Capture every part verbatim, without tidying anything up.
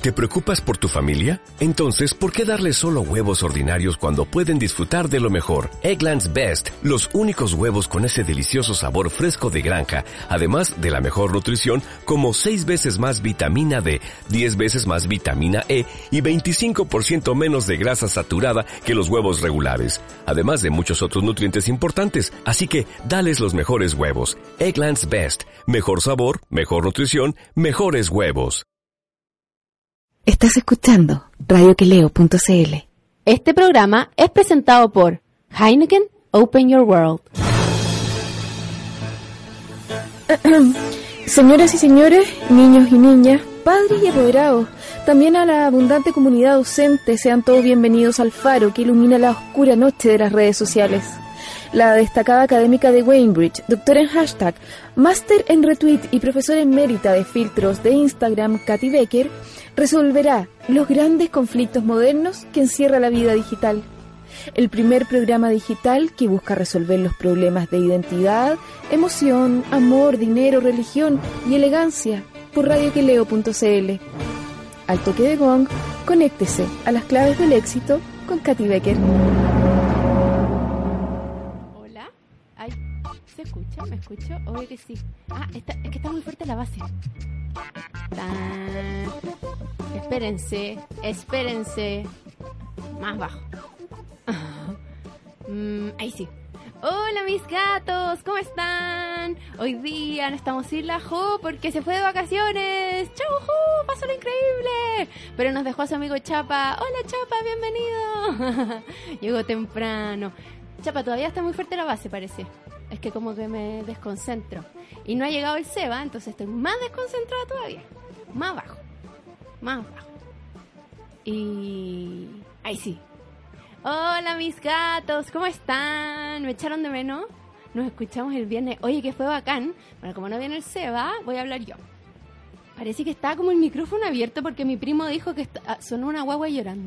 ¿Te preocupas por tu familia? Entonces, ¿por qué darles solo huevos ordinarios cuando pueden disfrutar de lo mejor? Eggland's Best, los únicos huevos con ese delicioso sabor fresco de granja, además de la mejor nutrición, como seis veces más vitamina D, diez veces más vitamina E y veinticinco por ciento menos de grasa saturada que los huevos regulares, además de muchos otros nutrientes importantes. Así que, dales los mejores huevos. Eggland's Best, mejor sabor, mejor nutrición, mejores huevos. Estás escuchando radio que leo punto c l. Este programa es presentado por Heineken Open Your World. Señoras y señores, niños y niñas, padres y apoderados, también a la abundante comunidad docente, sean todos bienvenidos al faro que ilumina la oscura noche de las redes sociales. La destacada académica de Cambridge, doctora en hashtag, máster en retweet y profesora emérita de filtros de Instagram, Katy Becker, resolverá los grandes conflictos modernos que encierra la vida digital. El primer programa digital que busca resolver los problemas de identidad, emoción, amor, dinero, religión y elegancia por radio que leo punto c l. Al toque de gong, conéctese a las claves del éxito con Katy Becker. Hola. Ay, ¿se escucha? ¿Me escucho? Obvio que sí. Ah, está, es que está muy fuerte la base. Tan. Espérense, espérense. Más bajo. mm, ahí sí. Hola mis gatos, ¿cómo están? Hoy día no estamos sin la Jo porque se fue de vacaciones. ¡Chau Jo! ¡Pasó lo increíble! Pero nos dejó a su amigo Chapa. ¡Hola Chapa, bienvenido! Llegó temprano. Chapa, todavía está muy fuerte la base, parece. Es que como que me desconcentro. Y no ha llegado el Seba, entonces estoy más desconcentrada todavía. Más bajo. Más bajo. Y... ahí sí. Hola mis gatos, ¿cómo están? ¿Me echaron de menos? Nos escuchamos el viernes. Oye, que fue bacán. Bueno, como no viene el Seba, voy a hablar yo. Parece que estaba como el micrófono abierto porque mi primo dijo que est- sonó una guagua llorando.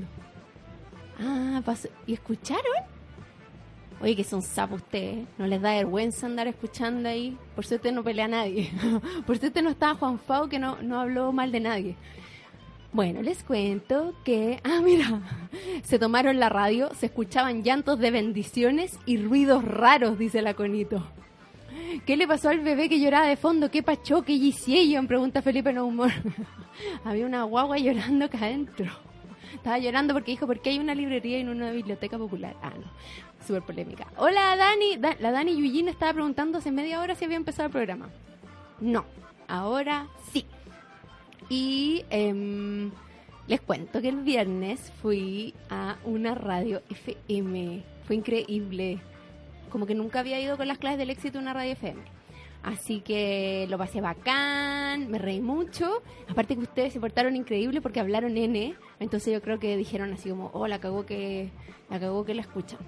Ah, pasó. ¿Y escucharon? Oye, que son sapos ustedes, ¿eh? No les da vergüenza andar escuchando ahí. Por suerte no pelea a nadie. Por suerte no estaba Juan Fau, que no, no habló mal de nadie. Bueno, les cuento que... Ah, mira, se tomaron la radio, se escuchaban llantos de bendiciones y ruidos raros, dice la Conito. ¿Qué le pasó al bebé que lloraba de fondo? ¿Qué pachó? ¿Qué hicieron? Pregunta Felipe No Humor. Había una guagua llorando acá adentro. Estaba llorando porque dijo, ¿por qué hay una librería y no una biblioteca popular? Ah, no, súper polémica. Hola, Dani. Da- la Dani Yujin estaba preguntando hace media hora si había empezado el programa. No, ahora sí. Y eh, les cuento que el viernes fui a una radio F M. Fue increíble. Como que nunca había ido con las clases del éxito a una radio F M. Así que lo pasé bacán, me reí mucho. Aparte que ustedes se portaron increíble porque hablaron N. Entonces yo creo que dijeron así como, oh, la cagó que la, cagó que la escuchan.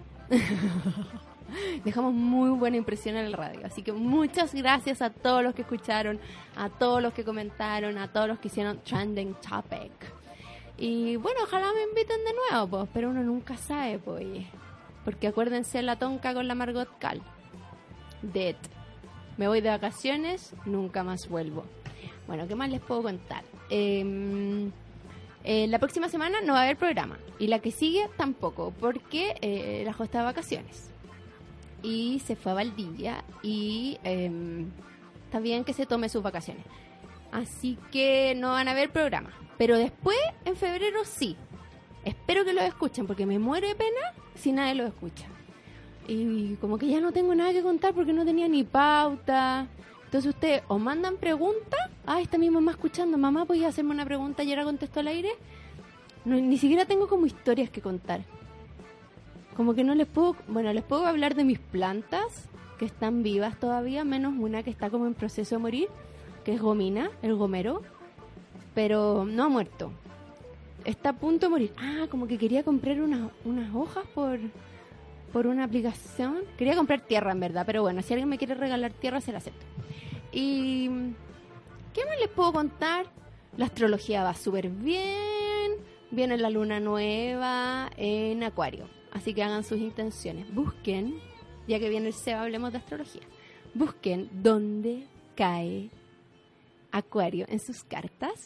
Dejamos muy buena impresión en el radio. Así que muchas gracias a todos los que escucharon, a todos los que comentaron, a todos los que hicieron Trending Topic. Y bueno, ojalá me inviten de nuevo, pues, pero uno nunca sabe, pues. Porque acuérdense la tonca con la Margot Cal. Dead. Me voy de vacaciones, nunca más vuelvo. Bueno, ¿qué más les puedo contar? Eh, eh, la próxima semana no va a haber programa. Y la que sigue tampoco, porque eh, la Jo está de vacaciones. Y se fue a Valdivia. Y eh, está bien que se tome sus vacaciones. Así que no van a haber programa. Pero después, en febrero, sí. Espero que lo escuchen, porque me muero de pena si nadie lo escucha. Y como que ya no tengo nada que contar porque no tenía ni pauta. Entonces ustedes o mandan preguntas. Ah, está mi mamá escuchando. Mamá, ¿podías hacerme una pregunta? Y ahora contestó al aire. No, ni siquiera tengo como historias que contar. Como que no les puedo... Bueno, les puedo hablar de mis plantas, que están vivas todavía, menos una que está como en proceso de morir, que es gomina, el gomero. Pero no ha muerto. Está a punto de morir. Ah, como que quería comprar unas, unas hojas por... por una aplicación. Quería comprar tierra, en verdad, pero bueno, si alguien me quiere regalar tierra, se la acepto. Y ¿qué más les puedo contar? La astrología va súper bien. Viene la luna nueva en Acuario, así que hagan sus intenciones. Busquen, ya que viene el Seba, hablemos de astrología. Busquen dónde cae Acuario en sus cartas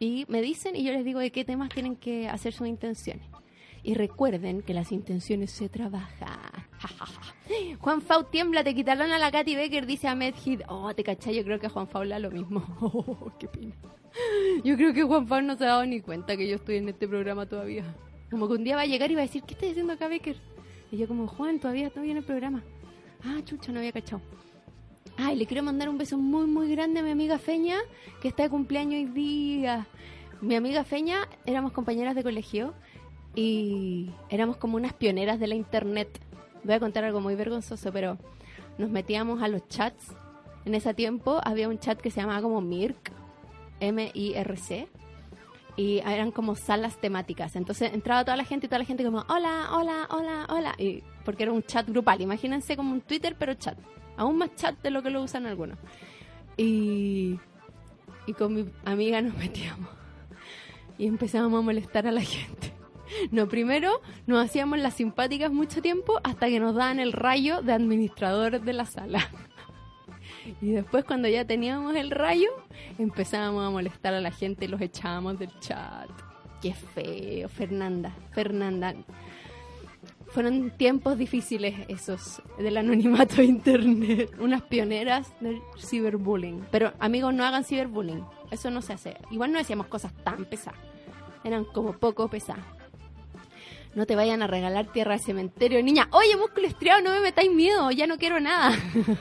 y me dicen y yo les digo de qué temas tienen que hacer sus intenciones. Y recuerden que las intenciones se trabajan. Juan Fau tiembla, te quitaron a la Katy Becker, dice Ahmed Hid. Oh, te cachai, yo creo que a Juan Fau le da lo mismo. Oh, qué pena. Yo creo que Juan Fau no se ha dado ni cuenta que yo estoy en este programa todavía. Como que un día va a llegar y va a decir, ¿qué estás haciendo acá, Becker? Y yo como, Juan, todavía estoy en el programa. Ah, chucha, no había cachado. Ay, le quiero mandar un beso muy, muy grande a mi amiga Feña, que está de cumpleaños hoy día. Mi amiga Feña, éramos compañeras de colegio y éramos como unas pioneras de la internet. Voy a contar algo muy vergonzoso, pero nos metíamos a los chats. En ese tiempo había un chat que se llamaba como Mirk, M I R C, y eran como salas temáticas. Entonces entraba toda la gente y toda la gente como, hola, hola, hola, hola, y porque era un chat grupal. Imagínense como un Twitter, pero chat. Aún más chat de lo que lo usan algunos. Y, y con mi amiga nos metíamos y empezábamos a molestar a la gente. No, primero nos hacíamos las simpáticas mucho tiempo hasta que nos daban el rayo de administrador de la sala. Y después, cuando ya teníamos el rayo, empezábamos a molestar a la gente y los echábamos del chat. Qué feo, Fernanda, Fernanda. Fueron tiempos difíciles esos del anonimato de internet. Unas pioneras del ciberbullying. Pero, amigos, no hagan ciberbullying. Eso no se hace. Igual no decíamos cosas tan pesadas. Eran como poco pesadas. No te vayan a regalar tierra al cementerio, niña. Oye, músculo estriado, no me metáis miedo. Ya no quiero nada.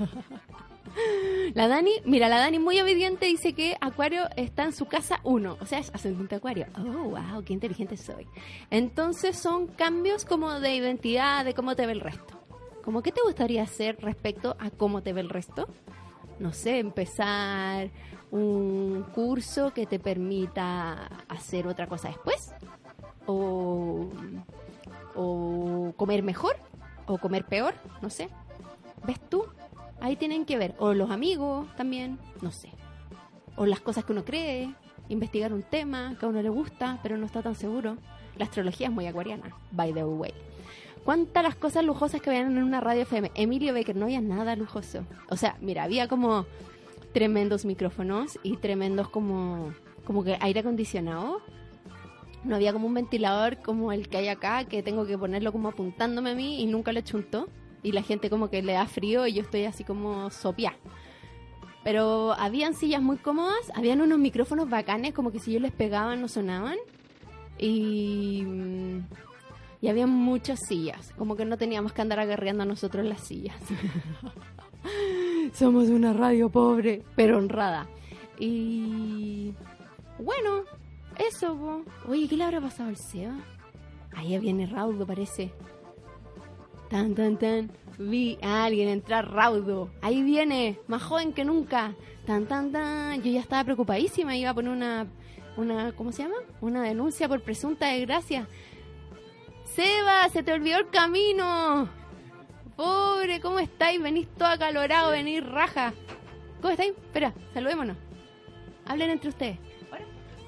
La Dani, mira, la Dani muy obediente dice que Acuario está en su casa uno, o sea, es ascendente Acuario. Oh, wow, qué inteligente soy. Entonces son cambios como de identidad, de cómo te ve el resto. ¿Cómo qué te gustaría hacer respecto a cómo te ve el resto? No sé, empezar un curso que te permita hacer otra cosa después. O, o comer mejor, o comer peor, no sé. ¿Ves tú? Ahí tienen que ver, o los amigos también, no sé, o las cosas que uno cree, investigar un tema que a uno le gusta, pero no está tan seguro. La astrología es muy acuariana, by the way. ¿Cuántas las cosas lujosas que habían en una radio F M? Emilio Becker, no había nada lujoso. O sea, mira, había como tremendos micrófonos y tremendos como, como que aire acondicionado. No había como un ventilador como el que hay acá, que tengo que ponerlo como apuntándome a mí y nunca lo chuntó. Y la gente como que le da frío y yo estoy así como sopiá. Pero habían sillas muy cómodas, habían unos micrófonos bacanes, como que si yo les pegaba no sonaban. Y, y había muchas sillas, como que no teníamos que andar agarreando a nosotros las sillas. Somos una radio pobre, pero honrada. Y bueno, eso, po. Oye, ¿qué le habrá pasado al Seba? Ahí viene Raudo, parece. Tan, tan, tan. Vi a alguien entrar raudo. Ahí viene, más joven que nunca. Tan, tan, tan. Yo ya estaba preocupadísima. Iba a poner una, una ¿cómo se llama? Una denuncia por presunta desgracia. Seba, se te olvidó el camino. Pobre, ¿cómo estáis? Venís todo acalorado, venís raja. ¿Cómo estáis? Espera, saludémonos. Hablen entre ustedes. ¿Ahora?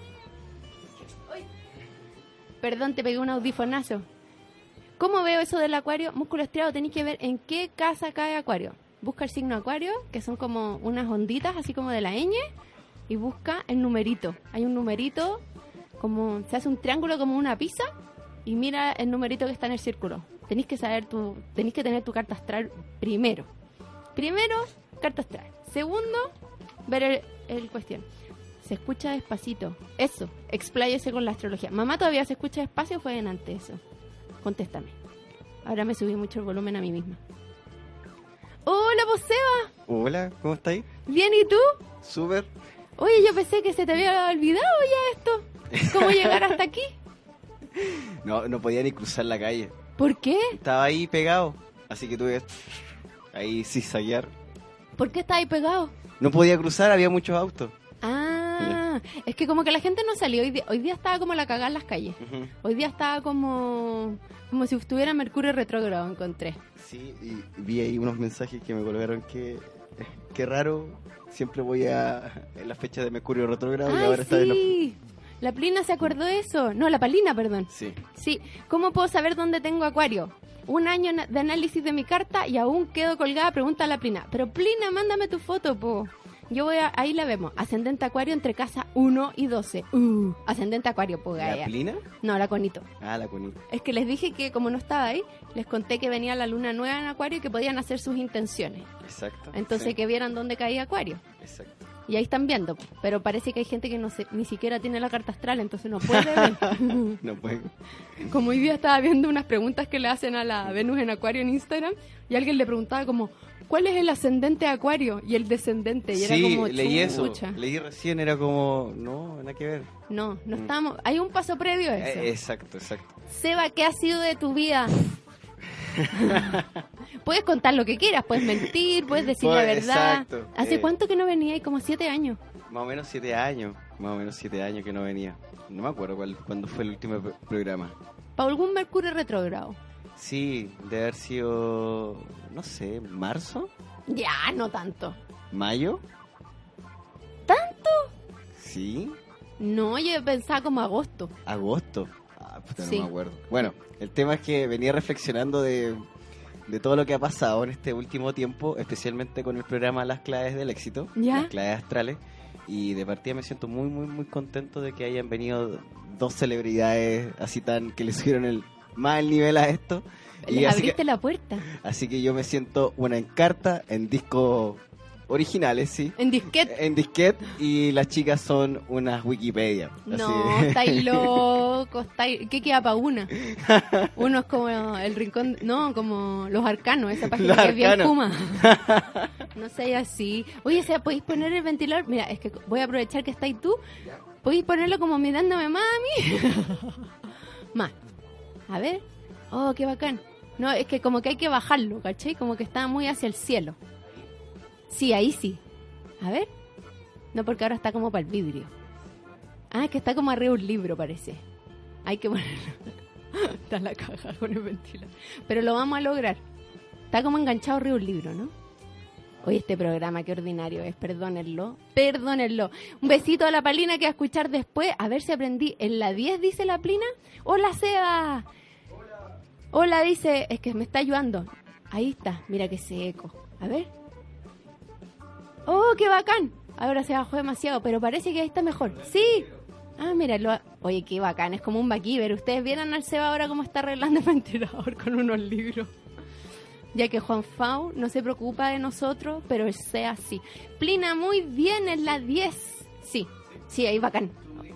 Perdón, te pegué un audifonazo. ¿Cómo veo eso del Acuario? Músculo estriado, tenéis que ver en qué casa cae Acuario. Busca el signo Acuario, que son como unas onditas, así como de la ñ, y busca el numerito. Hay un numerito, como se hace un triángulo como una pizza, y mira el numerito que está en el círculo. Tenéis que saber tu, tenéis que tener tu carta astral primero. Primero, carta astral. Segundo, ver el, el cuestión. Se escucha despacito. Eso, expláyese con la astrología. ¿Mamá todavía se escucha despacio o fue en antes eso? Contéstame. Ahora me subí mucho el volumen a mí misma. ¡Hola, pues Seba! Hola, ¿cómo estáis? Bien, ¿y tú? Súper. Oye, yo pensé que se te había olvidado ya esto. ¿Cómo llegar hasta aquí? No, no podía ni cruzar la calle. ¿Por qué? Estaba ahí pegado, así que tuve ahí zigzaguear. ¿Por qué estás ahí pegado? No podía cruzar, había muchos autos. Ah, es que como que la gente no salió. Hoy día, hoy día estaba como la cagada en las calles. Uh-huh. Hoy día estaba como como si estuviera Mercurio retrógrado, encontré. Sí, y vi ahí unos mensajes que me colgaron que qué raro, siempre voy a en la fecha de Mercurio retrógrado y ahora sí. está de nuevo. La Plina se acordó de eso. No, la Palina, perdón. Sí. Sí. ¿Cómo puedo saber dónde tengo Acuario? Un año de análisis de mi carta y aún quedo colgada, pregunta a la Plina. Pero Plina, mándame tu foto, po. Yo voy a, ahí la vemos. Ascendente Acuario entre casa uno y doce. Uh, ascendente Acuario, pues ¿La Gaia. Plina? No, la Conito. Ah, la Conito. Es que les dije que como no estaba ahí, les conté que venía la luna nueva en Acuario y que podían hacer sus intenciones. Exacto. Entonces sí. que vieran dónde caía Acuario. Exacto. Y ahí están viendo, pero parece que hay gente que no se, ni siquiera tiene la carta astral, entonces no puede ver. No puede. Como hoy día estaba viendo unas preguntas que le hacen a la Venus en Acuario en Instagram, y alguien le preguntaba como, ¿cuál es el ascendente de Acuario? Y el descendente, y Sí, era como, leí eso. chucha. Leí recién, era como, no, nada que ver. No, no Mm. estamos, hay un paso previo a eso. Eh, exacto, exacto. Seba, ¿qué ha sido de tu vida? Puedes contar lo que quieras, puedes mentir, puedes decir la Pues, verdad. exacto. ¿Hace Eh. cuánto que no venía? Como siete años. Más o menos siete años. Más o menos siete años que no venía. No me acuerdo cuál, cuándo fue el último pro- programa. ¿Para algún Mercurio retrógrado? Sí, de haber sido, no sé, marzo, Ya, no tanto. mayo. ¿Tanto? Sí, No, yo pensaba como agosto. agosto. Ah, puta, no Sí. me acuerdo. Bueno, el tema es que venía reflexionando de, de todo lo que ha pasado en este último tiempo, especialmente con el programa Las Claves del Éxito, ¿Ya? Las Claves Astrales. Y de partida me siento muy, muy, muy contento de que hayan venido dos celebridades así tan que le subieron el, más el nivel a esto. Y Les así abriste que, la puerta. así que yo me siento una en carta, en discos originales, sí. En disquete. En disquete, y las chicas son unas Wikipedia. No, así. estáis locos. Estáis... ¿Qué queda para una? Uno es como el rincón. No, como los arcanos, esa página Los que es bien arcanos. fuma. No sé, así. Oye, o sea, ¿podéis poner el ventilador? Mira, es que voy a aprovechar que estáis tú. ¿Podéis ponerlo como mirándome más a mí? Más. A ver. Oh, qué bacán. No, es que como que hay que bajarlo, ¿cachai? Como que está muy hacia el cielo. Sí, ahí sí. A ver. No, porque ahora está como para el vidrio. Ah, es que está como arriba un libro, parece. Hay que ponerlo. Está en la caja con el ventilador. Pero lo vamos a lograr. Está como enganchado arriba un libro, ¿no? Oye, este programa, qué ordinario es. Perdónenlo. Perdónenlo. Un besito a la Palina que va a escuchar después. A ver si aprendí. En la diez dice la Plina. Hola, Seba. Hola, dice. Es que me está ayudando. Ahí está. Mira que seco. A ver. ¡Oh, qué bacán! Ahora se bajó demasiado, pero parece que ahí está mejor. ¡Sí! Ah, mira, lo... oye, qué bacán, es como un MacGyver. Ustedes vieron al Seba ahora cómo está arreglando el ventilador con unos libros. Ya que Juan Fau no se preocupa de nosotros, pero él sea así. Plina, muy bien, en la diez. Sí, sí, ahí bacán.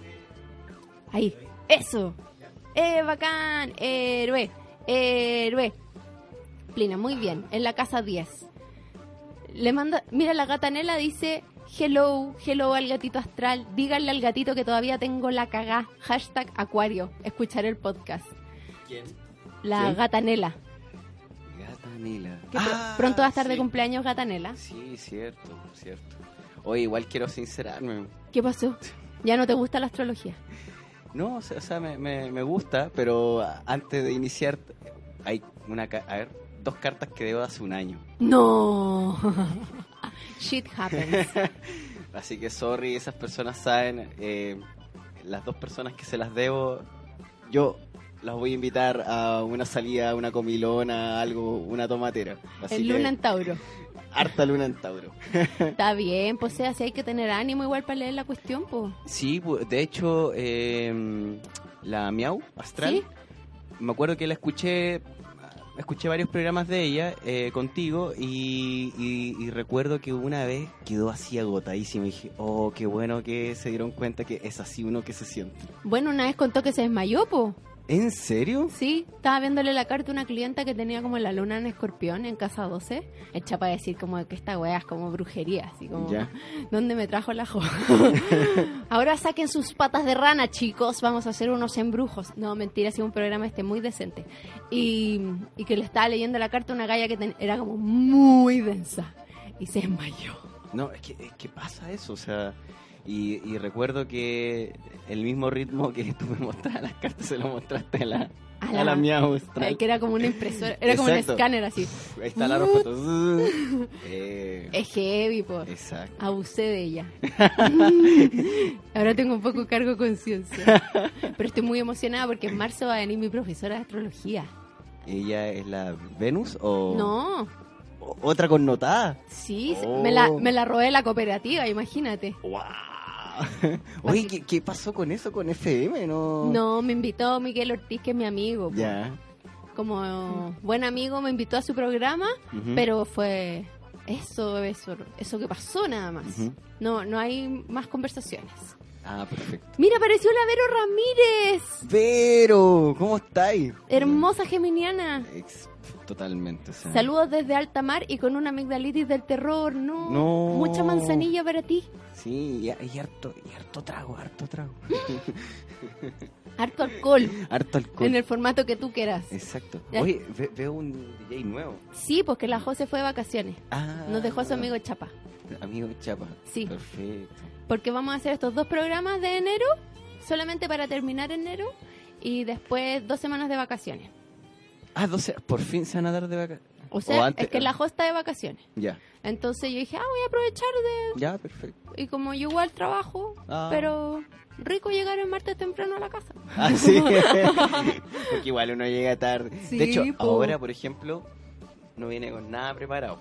Ahí, eso. ¡Eh, bacán! ¡Héroe! ¡Héroe! Plina, muy bien, en la casa diez. Le manda, mira, la gata Nela dice, hello, hello al gatito astral, díganle al gatito que todavía tengo la cagá, hashtag acuario, escucharé el podcast. ¿Quién? La ¿Quién? gata Nela, Gata Nela. que pr- Ah, pronto va a estar de sí. cumpleaños gata Nela. Sí, cierto, cierto. Oye, igual quiero sincerarme. ¿Qué pasó? ¿Ya no te gusta la astrología? No, o sea, o sea, me, me, me gusta, pero antes de iniciar, hay una, ca- a ver, dos cartas que debo de hace un año. No. Shit happens. Así que sorry, esas personas saben, eh, las dos personas que se las debo, yo las voy a invitar a una salida, una comilona, algo, una tomatera. Así El que, luna en Tauro. harta luna en Tauro. Está bien, pues o sea, si hay que tener ánimo igual para leer la cuestión, pues. Sí, pu- de hecho, eh, la Miau Astral, ¿Sí? me acuerdo que la escuché, escuché varios programas de ella eh, contigo y, y- y recuerdo que una vez quedó así agotadísima y dije, oh, qué bueno que se dieron cuenta que es así uno que se siente. Bueno, una vez contó que se desmayó, pues. ¿En serio? Sí, estaba viéndole la carta a una clienta que tenía como la luna en escorpión en casa doce. Hecha para decir como que esta weá es como brujería, así como, Ya. ¿dónde me trajo el ajo? Ahora saquen sus patas de rana, chicos, vamos a hacer unos embrujos. No, mentira, ha sido un programa este muy decente. Y, y que le estaba leyendo la carta a una galla que ten- era como muy densa. Y se desmayó. No, es que, es que pasa eso, o sea, y, y recuerdo que el mismo ritmo que tú me mostrabas las cartas se lo mostraste a la, A a la- la, Miau Astral. Ay, que era como una impresora, era como un Exacto. escáner así. Ahí está la ropa. eh, Es heavy, pues. exacto. Abusé de ella. Ahora tengo un poco cargo de conciencia. Pero estoy muy emocionada porque en marzo va a venir mi profesora de astrología. ¿Ella es la Venus o...? No, O- otra connotada. Sí, Oh. me, la, me la robé de la cooperativa, imagínate. ¡Wow! Oye, ¿qué, ¿qué pasó con eso con F M? No. No, me invitó Miguel Ortiz, que es mi amigo. po. Ya. Como buen amigo me invitó a su programa, Ujú. pero fue eso, eso, eso que pasó nada más. Ujú. No, no hay más conversaciones. Ah, perfecto. Mira, apareció la Vero Ramírez, Vero, ¿cómo estáis? hermosa geminiana. Ex- totalmente. O sea, Saludos desde alta mar y con una amigdalitis del terror. No, No. mucha manzanilla para ti. Sí, y, y harto, y harto trago, harto trago. Harto alcohol harto alcohol. en el formato que tú quieras. Exacto. Ya. Oye, ve- veo un D J nuevo. Sí, porque la José fue de vacaciones. Ah, Nos dejó a su amigo Chapa. Amigo Chapa. Sí. Perfecto. Porque vamos a hacer estos dos programas de enero, solamente para terminar enero, y después dos semanas de vacaciones. Ah, doce, por fin se van a dar de vacaciones. O sea, O antes- es que la José está de vacaciones. Ya, Entonces yo dije, ah, voy a aprovechar de... ya, perfecto. Y como yo igual trabajo, Ah. pero rico llegar el martes temprano a la casa. Ah, sí. Porque igual uno llega tarde. Sí, de hecho, po. ahora, por ejemplo, no viene con nada preparado.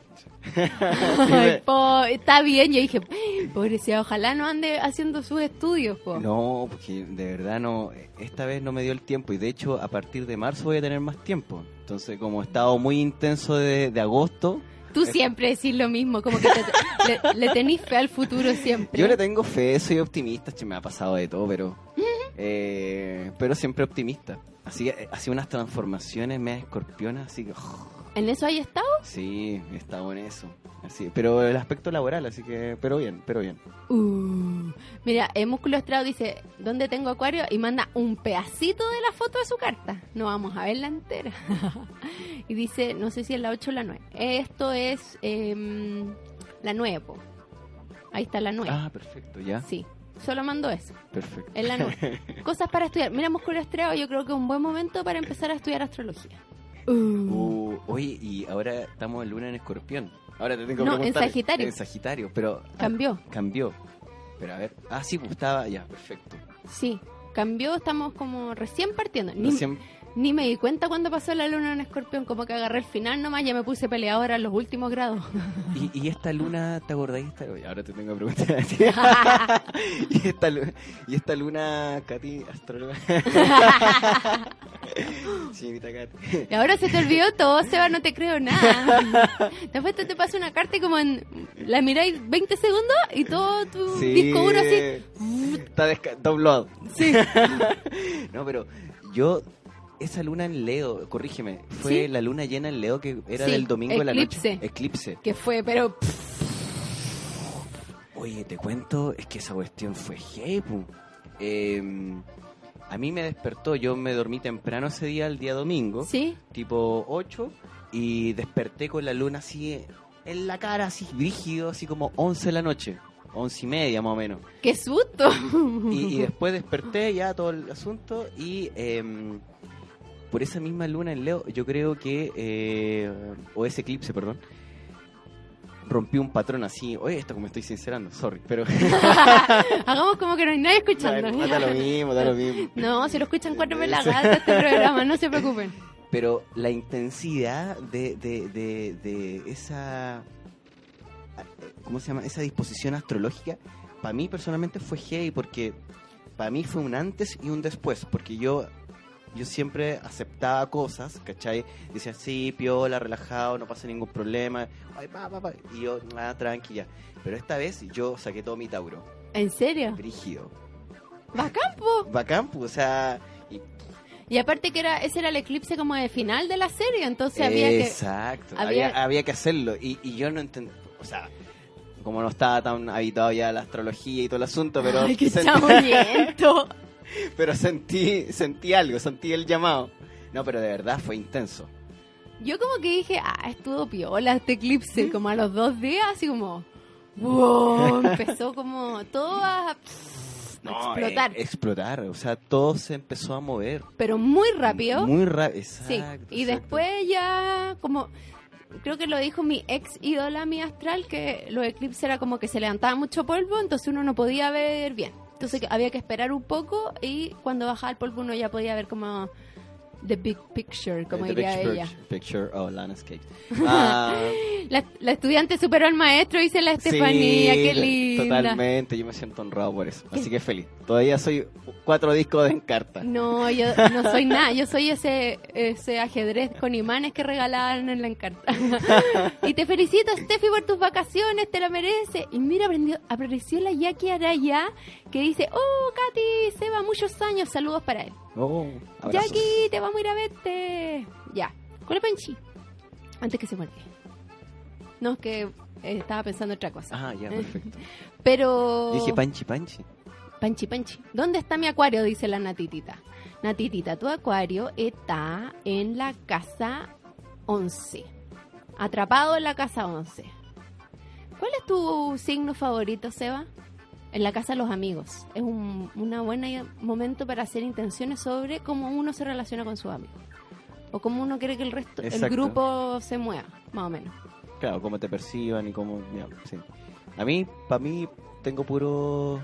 Ay, po, está bien, yo dije, pobrecita, ojalá no ande haciendo sus estudios, po. No, porque de verdad no, esta vez no me dio el tiempo y de hecho a partir de marzo voy a tener más tiempo. Entonces, como he estado muy intenso de, de agosto, Tú siempre decís lo mismo, como que te- le, le tenís fe al futuro siempre. yo le tengo fe, soy optimista, che, me ha pasado de todo, pero eh, pero siempre optimista. Así que eh, hacía unas transformaciones medio escorpionas, así que oh, ¿En eso hay estado? sí, he estado en eso. Así, pero el aspecto laboral, así que, pero bien, pero bien. Uh, mira, el Músculo Estrado dice, ¿dónde tengo acuario? Y manda un pedacito de la foto de su carta. No vamos a verla entera. Y dice, no sé si es la ocho o la nueve. Esto es em, la nueve, po. Ahí está la nueve. Ah, perfecto, ya, Sí, solo mando eso. perfecto. Es la nueve. Cosas para estudiar. Mira, Músculo Estrado, yo creo que es un buen momento para empezar a estudiar astrología. Uh. Uh, oye, y ahora estamos en luna en escorpión. Ahora te tengo que No, en preguntar. Sagitario. En Sagitario, pero... ah, Cambió. cambió. Pero a ver... Ah, sí, pues estaba... Ya, perfecto. Sí, cambió, estamos como recién partiendo. Ni, Recién- ni me di cuenta cuando pasó la luna en Escorpión, como que agarré el final nomás, ya me puse peleadora en los últimos grados. ¿Y, y esta luna, te acordáis? Esta- Oye, ahora te tengo que preguntar a ti. ¿Y, esta, lu- ¿Y esta luna, Katy, astróloga? Señorita Katy. Y ahora se te olvidó todo, Seba, no te creo nada. Después te, te pasa una carta y como en, la miráis veinte segundos y todo tu Sí. disco duro así. Está desca- download. Sí. No, pero yo... Esa luna en Leo, corrígeme, fue Sí. la luna llena en Leo que era Sí, del domingo de la eclipse. noche. Eclipse. Que fue, pero... Oye, te cuento, es que esa cuestión fue heavy. pu. Eh, a mí me despertó, yo me dormí temprano ese día, el día domingo, Sí, tipo ocho, y desperté con la luna así en la cara, así brígido, así como once de la noche, once y media más o menos. qué susto. Y, y después desperté ya todo el asunto y eh, por esa misma luna en Leo, yo creo que, eh, o ese eclipse, perdón, rompí un patrón así. Oye, esto como me estoy sincerando, sorry, pero... Hagamos como que no hay nadie escuchando. No, da lo mismo, da lo mismo. No, si lo escuchan cuatro pelagadas este programa, no se preocupen. Pero la intensidad de, de, de, de esa... ¿Cómo se llama? Esa disposición astrológica, para mí personalmente fue heavy porque para mí fue un antes y un después, porque yo... Yo siempre aceptaba cosas, ¿cachai? Decía, sí, piola, relajado, no pasa ningún problema. Ay, pa, pa, pa. Y yo, ah, tranquila. Pero esta vez yo saqué todo mi Tauro. ¿En serio? Brígido. Bacán, po. Bacán, pues, o sea... Y, Y aparte que era ese era el eclipse como de final de la serie, entonces había que... exacto, había- había, había que hacerlo. Y, y yo no entendí, o sea, como no estaba tan habituado ya a la astrología y todo el asunto, pero... ¡Ay, qué sentí, chamullento! pero sentí, sentí algo, sentí el llamado. No, pero de verdad fue intenso. Yo como que dije, ah, estuvo piola este eclipse, como a los dos días, así como... ¡Wow! Empezó como todo a, pff, a explotar, eh, explotar, o sea, todo se empezó a mover. pero muy rápido. Muy rápido, Sí, exacto. y exacto. después ya como... Creo que lo dijo mi ex ídola, mi astral, que los eclipses era como que se levantaba mucho polvo, entonces uno no podía ver bien. Entonces que había que esperar un poco y cuando bajaba el polvo uno ya podía ver como the big picture, como The diría picture, ella. Picture, oh, landscape. Ah, La, la estudiante superó al maestro, dice la Estefanía, sí, qué linda. Totalmente, yo me siento honrado por eso. Así que feliz. Todavía soy cuatro discos de Encarta. No, yo no soy nada, yo soy ese ese ajedrez con imanes que regalaban en la Encarta. Y te felicito, Steffi, por tus vacaciones, te lo mereces. Y mira, aprendió, apareció la Jackie Araya, que dice, oh, Katy, Seba, muchos años, saludos para él. Oh, abrazos. Jackie, te vamos a ir a verte. Ya, con el Panchi, antes que se muerde. No, es que eh, estaba pensando otra cosa. Ah, ya, perfecto. Pero... Dije panchi, panchi. Panchi, Panchi. ¿Dónde está mi acuario? Dice la Natitita. Natitita, tu acuario está en la casa once. Atrapado en la casa once. ¿Cuál es tu signo favorito, Seba? En la casa de los amigos. Es un una buena momento para hacer intenciones sobre cómo uno se relaciona con sus amigos. O cómo uno quiere que el resto, Exacto. el grupo se mueva, más o menos. Claro, cómo te perciban y cómo... Ya, sí. A mí, para mí, tengo puro...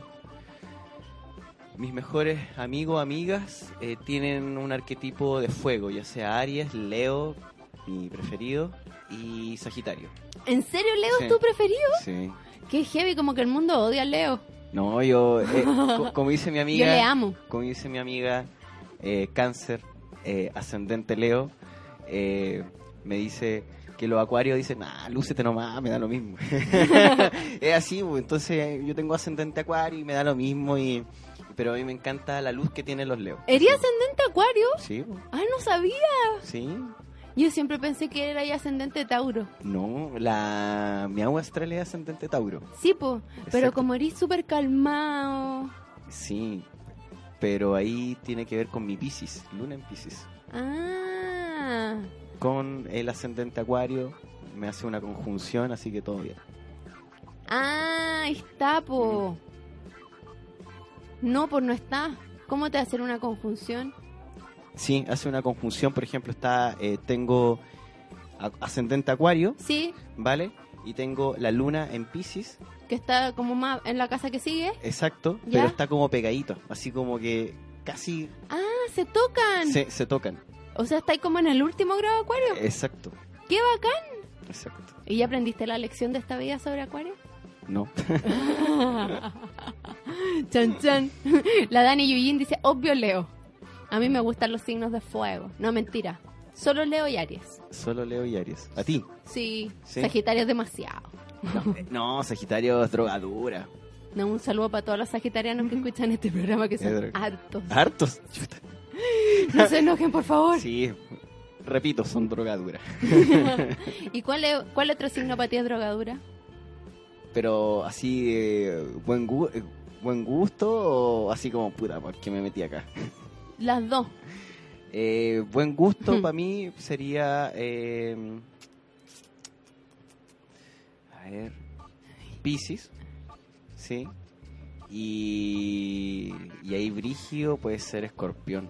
Mis mejores amigos, amigas, eh, tienen un arquetipo de fuego, ya sea Aries, Leo, mi preferido, y Sagitario. ¿En serio Leo Sí. es tu preferido? Sí. Qué heavy, como que el mundo odia a Leo. No, yo, eh, co- como dice mi amiga... Yo le amo. Como dice mi amiga, eh, Cáncer, eh, ascendente Leo, eh, me dice que los acuarios dicen, nah, lúcete nomás, me da lo mismo. Es así, pues, entonces yo tengo ascendente Acuario y me da lo mismo, y pero a mí me encanta la luz que tienen los Leos. ¿Eres ascendente Acuario? Sí, pues, Ah, no sabía. sí. Yo siempre pensé que era ya ascendente Tauro. No, la mi agua astral es ascendente Tauro. Sí, po. Pero Exacto. como eres súper calmado. Sí, pero ahí tiene que ver con mi Piscis, luna en Piscis. Ah. Con el ascendente Acuario me hace una conjunción, así que todo bien. Ah, ahí está, po. No, pues no está. ¿Cómo te va a hacer una conjunción? Sí, hace una conjunción, por ejemplo, está eh, tengo a- ascendente Acuario, Sí, ¿vale? Y tengo la luna en Piscis, que está como más en la casa que sigue. exacto, ¿Ya? pero está como pegadito, así como que casi Ah, se tocan. se, se tocan. O sea, está ahí como en el último grado de Acuario. Exacto, ¡Qué bacán! exacto. ¿Y ya aprendiste la lección de esta vida sobre Acuario? No. Chan, chan. La Dani Yuyin dice, obvio Leo. A mí me gustan los signos de fuego. No, mentira. Solo Leo y Aries. Solo Leo y Aries. ¿A ti? Sí, ¿Sí? Sagitario es demasiado. No, eh, no, Sagitario es drogadura. No, un saludo para todos los sagitarianos que escuchan este programa, que son Es droga. hartos. ¿Hartos? Chuta. No se enojen, por favor. Sí, repito, son drogadura. ¿Y cuál, es, cuál otro signo para ti es drogadura? Pero así, eh, buen, gu- eh, buen gusto o así como, puta, ¿por qué me metí acá? Las dos. Eh, buen gusto Hmm. para mí sería, eh, a ver, Piscis, ¿sí? Y, y ahí Brigio puede ser Escorpión.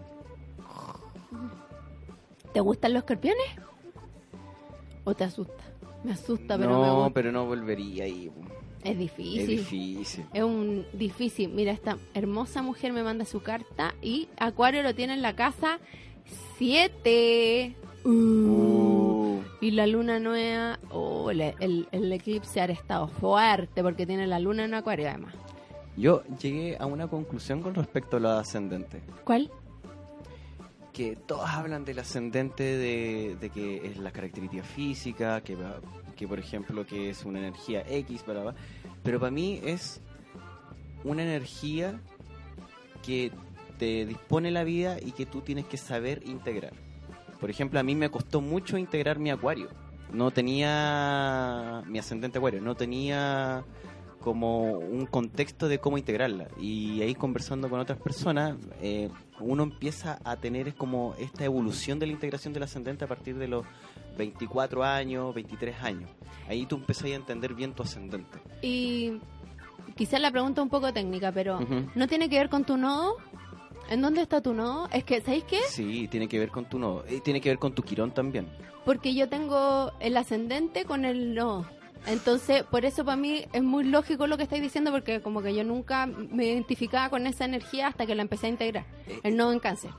¿Te gustan los escorpiones? ¿O te asusta? Me asusta, pero me No, gusta. pero no volvería ahí. Es difícil. Es difícil. Es un difícil. Mira, esta hermosa mujer me manda su carta y Acuario lo tiene en la casa siete. Uh. Uh, Y la luna nueva, oh, el, el, el eclipse ha estado fuerte porque tiene la luna en Acuario además. yo llegué a una conclusión con respecto a lo ascendente. ¿Cuál? Que todos hablan del ascendente de, de que es la característica física, que, va- que por ejemplo que es una energía X, bla, bla, bla. Pero para mí es una energía que te dispone la vida y que tú tienes que saber integrar. Por ejemplo, a mí me costó mucho integrar mi Acuario. No tenía mi ascendente Acuario, no tenía como un contexto de cómo integrarla. Y ahí conversando con otras personas, eh, uno empieza a tener es como esta evolución de la integración del ascendente a partir de los veinticuatro años, veintitrés años. Ahí tú empezás a entender bien tu ascendente. Y quizás la pregunta un poco técnica, pero Ujú. ¿no tiene que ver con tu nodo? ¿En dónde está tu nodo? Es que, ¿sabéis qué? Sí, tiene que ver con tu nodo. Y tiene que ver con tu Quirón también. Porque yo tengo el ascendente con el nodo. Entonces, por eso para mí es muy lógico lo que estáis diciendo, porque como que yo nunca me identificaba con esa energía hasta que la empecé a integrar. El nodo en Cáncer.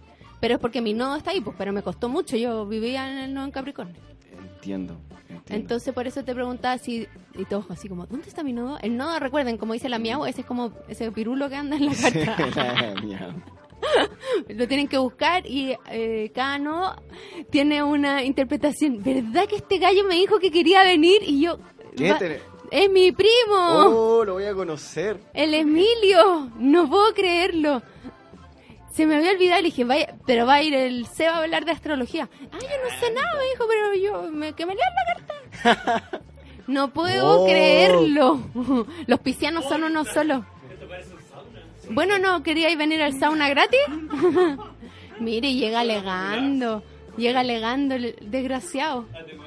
Pero es porque mi nodo está ahí, pues, pero me costó mucho. Yo vivía en el nodo en Capricornio. Entiendo, entiendo. Entonces, por eso te preguntaba si... Y todos así como, ¿dónde está mi nodo? El nodo, recuerden, como dice la miau, ese es como ese pirulo que anda en la carta. Miau. Lo tienen que buscar y eh, cada nodo tiene una interpretación. ¿Verdad que este gallo me dijo que quería venir? Y yo... ¿Qué va- te- ¡Es mi primo! Oh, lo voy a conocer. ¡El Emilio! No puedo creerlo. Se me había olvidado, le dije, vaya, pero va a ir el Seba a hablar de astrología. Ah, yo no sé nada, me dijo, pero yo, me, que me lean la carta. No puedo Oh. creerlo. Los piscianos son uno solo. Bueno, no, ¿queríais venir al sauna gratis? Mire, llega alegando, llega alegando el desgraciado.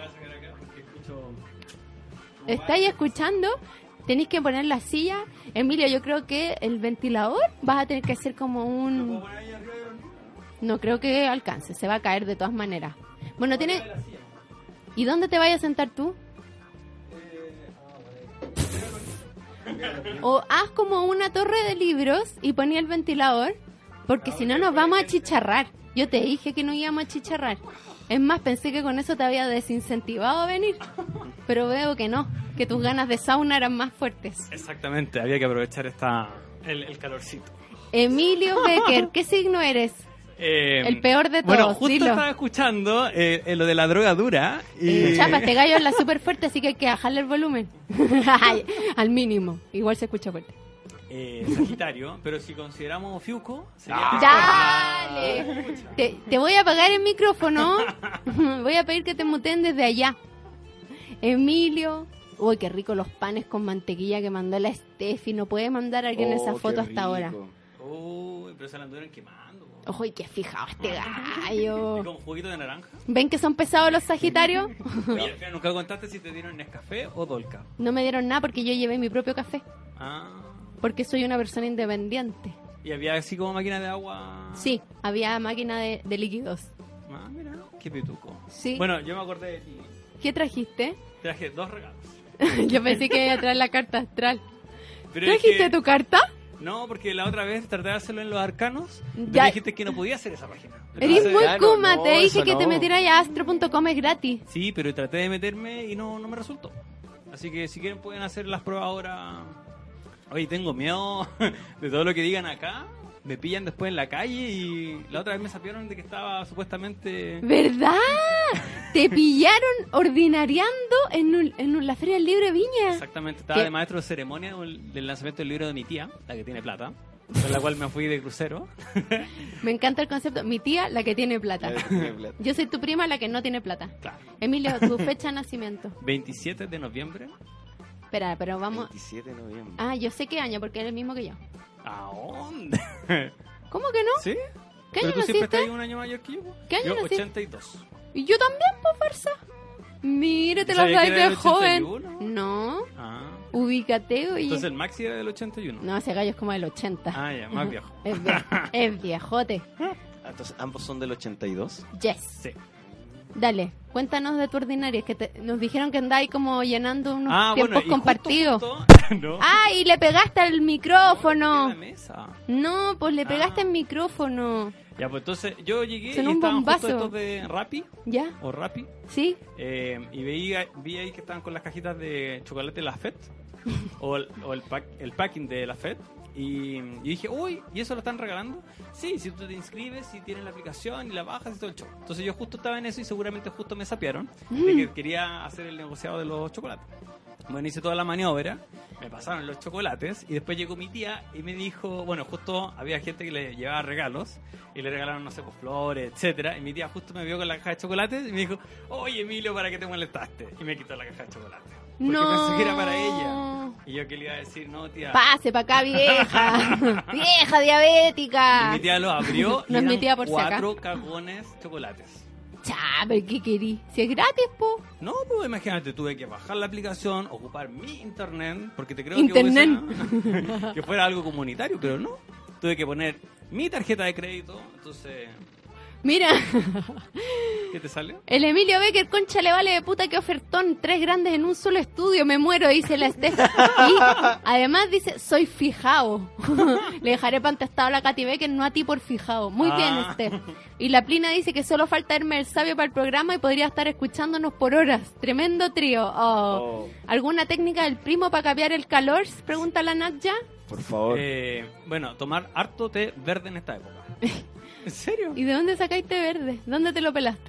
¿Estáis escuchando? Tenéis que poner la silla. Emilio, yo creo que el ventilador vas a tener que hacer como un... No creo que alcance, se va a caer de todas maneras. Bueno, tiene... ¿Y dónde te vayas a sentar tú? O haz como una torre de libros y poní el ventilador, porque si no nos vamos a chicharrar. Yo te dije que no íbamos a chicharrar. Es más, pensé que con eso te había desincentivado a venir, pero veo que no, que tus ganas de sauna eran más fuertes. Exactamente, había que aprovechar esta el, el calorcito. Emilio Becker, ¿qué signo eres? Eh, El peor de Bueno, todos, justo dilo. estaba escuchando eh, eh, lo de la droga dura y... Chapa, este gallo habla súper fuerte, así que hay que bajarle el volumen. Al mínimo, igual se escucha fuerte. eh, Sagitario, pero si consideramos Fiuco, sería... ¡Dale! Te, te voy a apagar el micrófono. Voy a pedir que te muteen desde allá. Emilio. Uy, qué rico los panes con mantequilla que mandó la Steffi. ¿No puede mandar a alguien Oh, esa qué foto hasta rico. ahora? Uy, pero se la anduvieron quemando. po. Ojo, y qué fijado este Y gallo. con juguito de naranja. ¿Ven que son pesados los Sagitarios? Oye, al final nunca contaste si te dieron Nescafé o Dolca. No me dieron nada porque yo llevé mi propio café. Ah, Porque soy una persona independiente. y había así como máquina de agua. Sí, había máquina de, de líquidos. Ah, mira, qué pituco. Sí. Bueno, yo me acordé de ti. ¿Qué trajiste? Traje dos regalos. Yo pensé que iba a traer la carta astral. Pero es ¿Trajiste que- tu carta? No, porque la otra vez traté de hacerlo en los arcanos, pero Ya. me dijiste que no podía hacer esa página. Eres Entonces- muy claro, kuma, no, te dije eso que te no. metieras a astro punto com, es gratis. Sí, pero traté de meterme y no, no me resultó. Así que si quieren pueden hacer las pruebas ahora. Oye, tengo miedo de todo lo que digan acá. Me pillan después en la calle y la otra vez me sapieron de que estaba supuestamente... ¿Verdad? Te pillaron ordinariando en, un- en un- la Feria del Libro de Viña. Exactamente, estaba ¿Qué? de maestro de ceremonia del del lanzamiento del libro de mi tía, la que tiene plata, con la cual me fui de crucero. Me encanta el concepto. Mi tía, la que tiene plata. Yo soy tu prima, la que no tiene plata. Claro. Emilio, tu fecha de nacimiento. veintisiete de noviembre. Espera, pero vamos... veintisiete de noviembre. Ah, yo sé qué año, porque eres el mismo que yo. ¿A dónde? ¿Cómo que no? ¿Sí? ¿Qué ¿Pero año tú siempre naciste? estás un año mayor que yo? po? ¿Qué año yo, naciste? ochenta y dos. Y yo también, pues, farsa. Mire, te ¿Yo las sabía dais que era de del joven. ochenta y uno? No, Ah. ubícate, oye. Entonces el Maxi era del ochenta y uno. No, ese gallo es como del ochenta. Ah, ya, más viejo. Es, vie- es viejote. Entonces, ambos son del ochenta y dos. Yes. Sí. Dale, cuéntanos de tu ordinaria. Que te- nos dijeron que andáis como llenando unos Ah, tiempos bueno, y compartidos. justo, justo- no. ¡Ah, y le pegaste al ¿Qué micrófono! la mesa? No, pues le pegaste Ah. al micrófono. Ya, pues entonces yo llegué Son y un estaban bombazo. justo estos de Rappi ¿Ya? o Rappi. ¿Sí? Eh, y veía, vi ahí que estaban con las cajitas de chocolate de la Fed o, el, o el, pack, el packing de la Fed. Y, y dije, uy, ¿y eso lo están regalando? Sí, si tú te inscribes, si tienes la aplicación y la bajas y todo el show. Entonces yo justo estaba en eso y seguramente justo me sapearon de que quería hacer el negociado de los chocolates. Bueno, hice toda la maniobra, me pasaron los chocolates y después llegó mi tía y me dijo, bueno, justo había gente que le llevaba regalos y le regalaron, no sé, pues flores, etcétera. Y mi tía justo me vio con la caja de chocolates y me dijo, oye, Emilio, ¿para qué te molestaste? Y me quitó la caja de chocolates. Porque No. pensé que era para ella. Y yo que le iba a decir, no, tía. Pase para acá, vieja. Vieja Y diabética. mi tía lo abrió y No es mi eran tía por si cuatro cagones chocolates. Chá, pero ¿qué querí? Si es gratis, po. No, pues imagínate, tuve que bajar la aplicación, ocupar mi internet, porque te creo Internet. que hubiese- que fuera algo comunitario, pero no. Tuve que poner mi tarjeta de crédito, entonces Mira, ¿Qué te sale? el Emilio Becker, concha le vale de puta que ofertón, tres grandes en un solo estudio, me muero, dice la Steph. Y además dice, soy fijao. Le dejaré pantestado a la Katy Becker, no a ti por fijao. Muy Ah. bien, Steph. Y la Plina dice que solo falta Hermes el Sabio para el programa y podría estar escuchándonos por horas. Tremendo trío. Oh. Oh, ¿Alguna técnica del primo para cambiar el calor? Pregunta la Natya. por favor. Eh, bueno, tomar harto té verde en esta época. ¿En serio? ¿Y de dónde sacáis té verde? ¿Dónde te lo pelaste?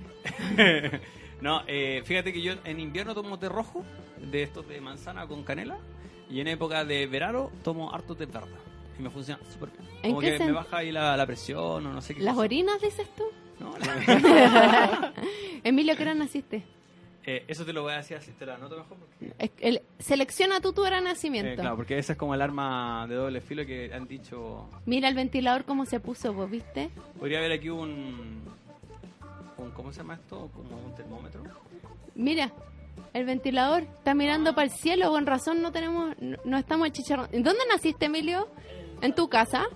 No, eh, fíjate que yo en invierno tomo té rojo, de estos de manzana con canela, y en época de verano tomo harto té verde. Y me funciona súper bien. ¿En Como qué que sen- me baja ahí la, la presión o no sé qué ¿Las cosa. orinas dices tú? No, la- Emilio, ¿qué hora naciste? eh, eso te lo voy a decir así, te lo anoto mejor. Porque, Es- el- selecciona tú tu hora de eh, nacimiento. claro, porque esa es como el arma de doble filo que han dicho. Mira el ventilador cómo se puso, vos, ¿viste? Podría haber aquí un, un ¿cómo se llama esto? Como un termómetro. Mira, el ventilador está mirando para el cielo, con razón no tenemos, no, no estamos chicharrón. ¿En dónde naciste, Emilio? ¿En tu casa?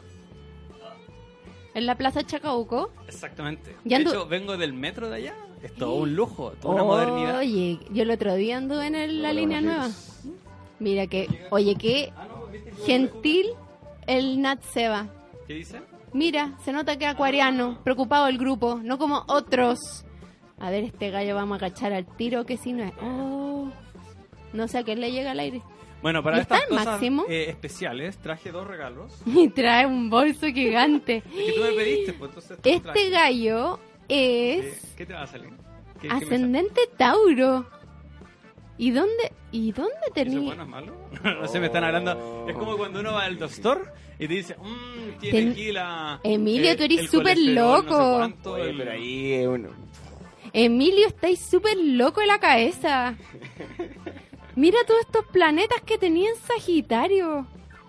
¿En la Plaza Chacabuco? Exactamente. Ya De andu- hecho, vengo del metro de allá. Es todo un lujo, toda una modernidad. Oye, yo el otro día anduve en el- la Hola, línea buenos nueva. días. Mira que, oye, qué gentil el Nat Seba. ¿Qué dice? Mira, se nota que es acuariano, preocupado el grupo, no como otros. A ver, este gallo vamos a cachar al tiro, que si no es. Oh, no sé a qué le llega al aire. Bueno, para ¿Y está estas el cosas Máximo? eh, especiales traje dos regalos. Y trae un bolso gigante. Es que tú me pediste, pues entonces te Este traje. gallo Eh, es ¿Qué te va a salir? ¿Qué- qué me ascendente Tauro. ¿Y dónde, y dónde sale? ¿Eso es tenía? bueno o es malo? no sé, me están hablando. Es como cuando uno va al doctor y te dice, mmm, tiene Ten- aquí la... Emilio, eh, tú eres el súper colesterol, no sé loco. cuánto, Oye, el- pero ahí es uno. Emilio, estáis súper loco de la cabeza. Mira todos estos planetas que tenía en Sagitario.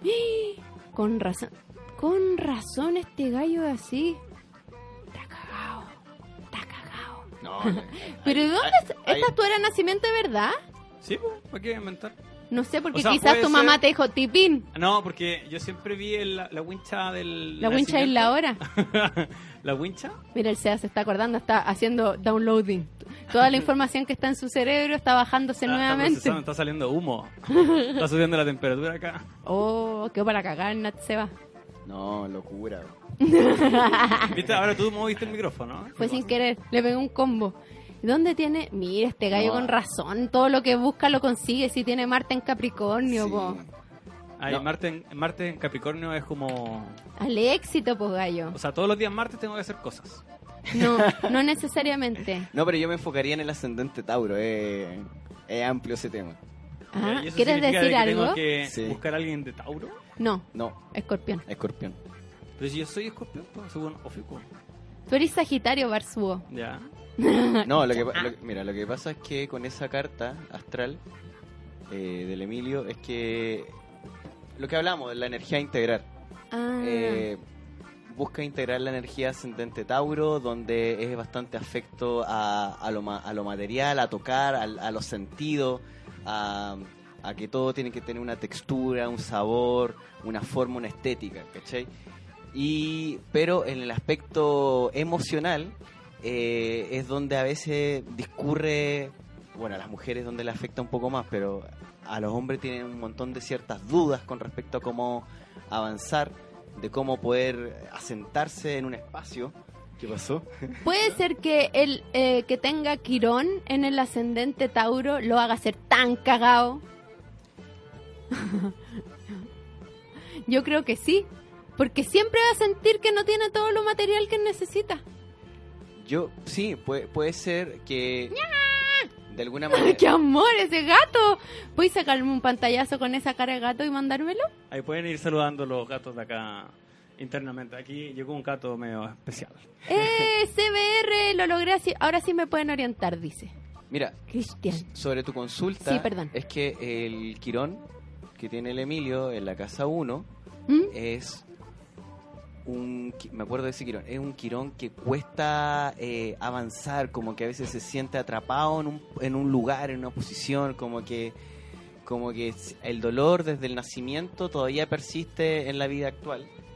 Con razón, con razón este gallo es así. Está cagado, está cagado. No, no. ¿Pero de dónde es? ahí- ¿Esta es tu hora de nacimiento de verdad? Sí, pues, ¿para qué inventar? No sé, porque O sea, quizás puede tu mamá ser- te dijo tipín. No, porque yo siempre vi el- la, la wincha del... La wincha es la hora. ¿La wincha? Mira, el SEA se está acordando, está haciendo downloading. Toda la información que está en su cerebro está bajándose Está- Está, nuevamente. procesando, está saliendo humo. Está subiendo la temperatura acá. Oh, quedó para cagar, Nat Seba. No, locura. ¿Viste? Ahora tú moviste el micrófono. ¿eh? Fue sin querer, le pegué un combo. ¿Dónde tiene? Mira, este gallo No. con razón, todo lo que busca lo consigue. Si tiene Marte en Capricornio, Sí. po. Ay, No. Marte, en, Marte en Capricornio es como... Al éxito, pues gallo. O sea, todos los días martes tengo que hacer cosas. No, no necesariamente. No, pero yo me enfocaría en el ascendente Tauro. Es, es amplio ese tema. Ah, ¿Y eso ¿quieres significa decir de que algo? tengo que Sí. buscar a alguien de Tauro? No, No, escorpión. escorpión. Pero si yo soy escorpión, pues, según Ofico. Tú eres Sagitario, Barzúo. Ya. No, lo que, pa- lo- mira, lo que pasa es que con esa carta astral eh, del Emilio es que lo que hablamos de la energía a integrar. Ah, Eh, busca integrar la energía ascendente Tauro, donde es bastante afecto a, a, lo, ma- a lo material, a tocar, al- a, los sentidos, a, a que todo tiene que tener una textura, un sabor, una forma, una estética, ¿cachai? Y, pero en el aspecto emocional eh, es donde a veces discurre, bueno, a las mujeres donde le afecta un poco más, pero a los hombres tienen un montón de ciertas dudas con respecto a cómo avanzar, de cómo poder asentarse en un espacio. ¿Qué pasó? puede ser que el eh, que tenga Quirón en el ascendente Tauro lo haga ser tan cagao. Yo creo que sí, porque siempre va a sentir que no tiene todo lo material que necesita. Yo, sí, puede, puede ser que de alguna manera... ¡Qué amor ese gato! ¿Puedes sacarme un pantallazo con esa cara de gato y mandármelo? Ahí pueden ir saludando los gatos de acá internamente. Aquí llegó un gato medio especial. ¡Eh! C B R, lo logré así. Ahora sí me pueden orientar, dice Mira, Cristian. sobre tu consulta, Sí, perdón. es que el Quirón que tiene el Emilio en la casa uno ¿Mm? es un, qui- me acuerdo de ese Quirón, es un Quirón que cuesta eh, avanzar, como que a veces se siente atrapado en un, en un lugar, en una posición, como que como que el dolor desde el nacimiento todavía persiste en la vida actual,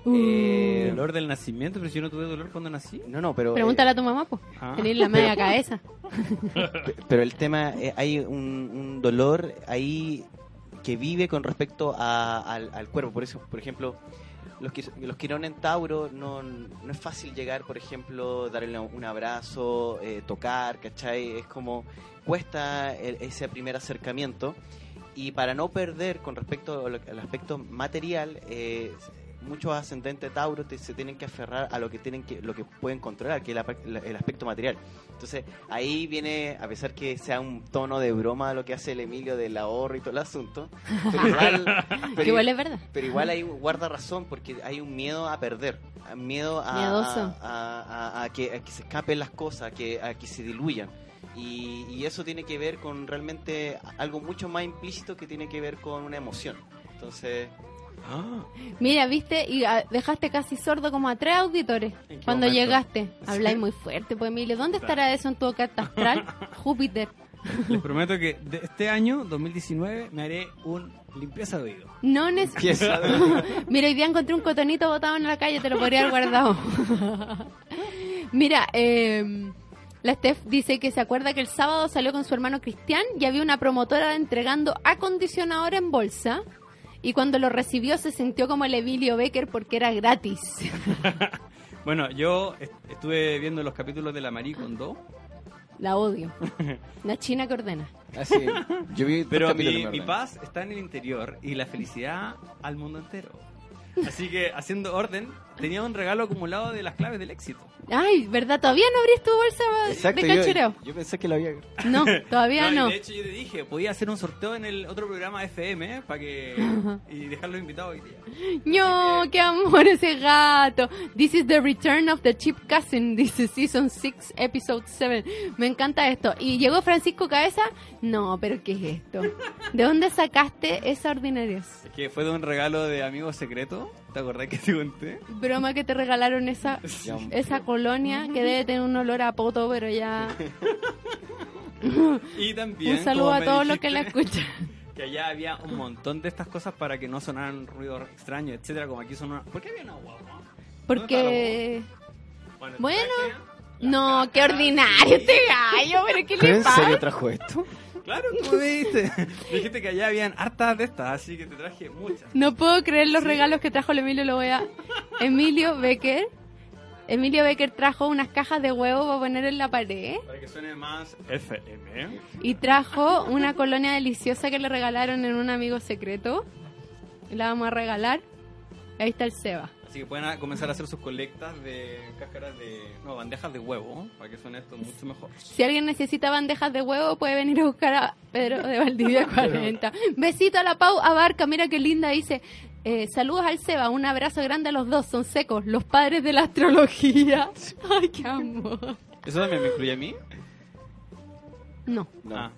Eh, ¿Dolor del nacimiento? Pero si yo no tuve dolor cuando nací. no, no, pero... Pregúntale eh, a tu mamá, pues. Ah. Tenés la media cabeza. pe- pero el tema, eh, hay un, un dolor ahí que vive con respecto a- al, al cuerpo. Por eso, por ejemplo, los que los quirones en Tauro no, no es fácil llegar, por ejemplo, darle un abrazo, eh, tocar, ¿cachai? Es como cuesta el- ese primer acercamiento. Y para no perder con respecto al, al aspecto material, eh, muchos ascendentes Tauro te- se tienen que aferrar a lo que tienen que lo que pueden controlar, que es la- la- el aspecto material. Entonces ahí viene, a pesar que sea un tono de broma lo que hace el Emilio del ahorro y todo el asunto, pero igual, Que pero, igual es verdad. pero igual hay guarda razón, porque hay un miedo a perder, un miedo a, Miedoso. a, a- a que, a que se escapen las cosas, a que, a que se diluyan. Y, y eso tiene que ver con realmente algo mucho más implícito que tiene que ver con una emoción. Entonces, Ah, Mira, viste, y ah, dejaste casi sordo como a tres auditores ¿En qué cuando momento? llegaste. Habláis muy fuerte, pues Emilio. ¿Dónde estará eso en tu carta astral? Júpiter. les prometo que de este año, dos mil diecinueve, me haré un limpieza de oído. No necesito. Mira, hoy día encontré un cotonito botado en la calle, te lo podría haber guardado. Mira, eh, la Steph dice que se acuerda que el sábado salió con su hermano Cristian y había una promotora entregando acondicionador en bolsa. Y cuando lo recibió se sintió como el Emilio Becker porque era gratis. Bueno, yo est- estuve viendo los capítulos de la Marie Kondo, La odio. La china que ordena. así, yo vi pero dos capítulos, mi, me mi acuerdo. paz está en el interior y la felicidad al mundo entero. Así que, haciendo orden, tenía un regalo acumulado de las claves del éxito. Ay, ¿verdad? ¿Todavía no abrís tu bolsa Exacto, de yo, cachureo? yo pensé que lo había... No, todavía No, no. y de hecho yo te dije, podía hacer un sorteo en el otro programa F M, ¿eh? Para que... y dejarlos invitados hoy día. No, qué amor ese gato. This is the return of the cheap cousin. Dice Season six, Episode seven. Me encanta esto. ¿Y llegó Francisco Cabeza? No, pero ¿qué es esto? ¿De dónde sacaste esa ordinariez? Es que fue de un regalo de amigo secreto. ¿Te acordás que te conté? Broma que te regalaron esa, esa colonia que debe tener un olor a poto, pero ya... Y también... Un saludo como a me todos los que la dijiste, escuchan. Que allá había un montón de estas cosas para que no sonaran ruidos extraños, etcétera, como aquí son una... ¿Por qué había una guagua? Porque... Bueno, Bueno, traje- no, qué ordinario este gallo, pero ¿qué ¿Pero le en pasa? serio trajo esto? Claro, tú me dijiste. Me dijiste que allá habían hartas de estas, así que te traje muchas. No puedo creer los regalos que trajo el Emilio, lo voy a... Emilio Becker. Emilio Becker trajo unas cajas de huevo para poner en la pared. Para que suene más F M. Y trajo una colonia deliciosa que le regalaron en un amigo secreto. Y la vamos a regalar. Ahí está el Seba. Así que pueden a- comenzar a hacer sus colectas de cáscaras de... No, bandejas de huevo, para que suene esto mucho mejor. Si alguien necesita bandejas de huevo, puede venir a buscar a Pedro de Valdivia cuarenta. Besito a la Pau Abarca, mira qué linda, dice... Eh, saludos al Seba, un abrazo grande a los dos, son secos, los padres de la astrología. Ay, qué amor. ¿Eso también me incluye a mí? No. No. Ah.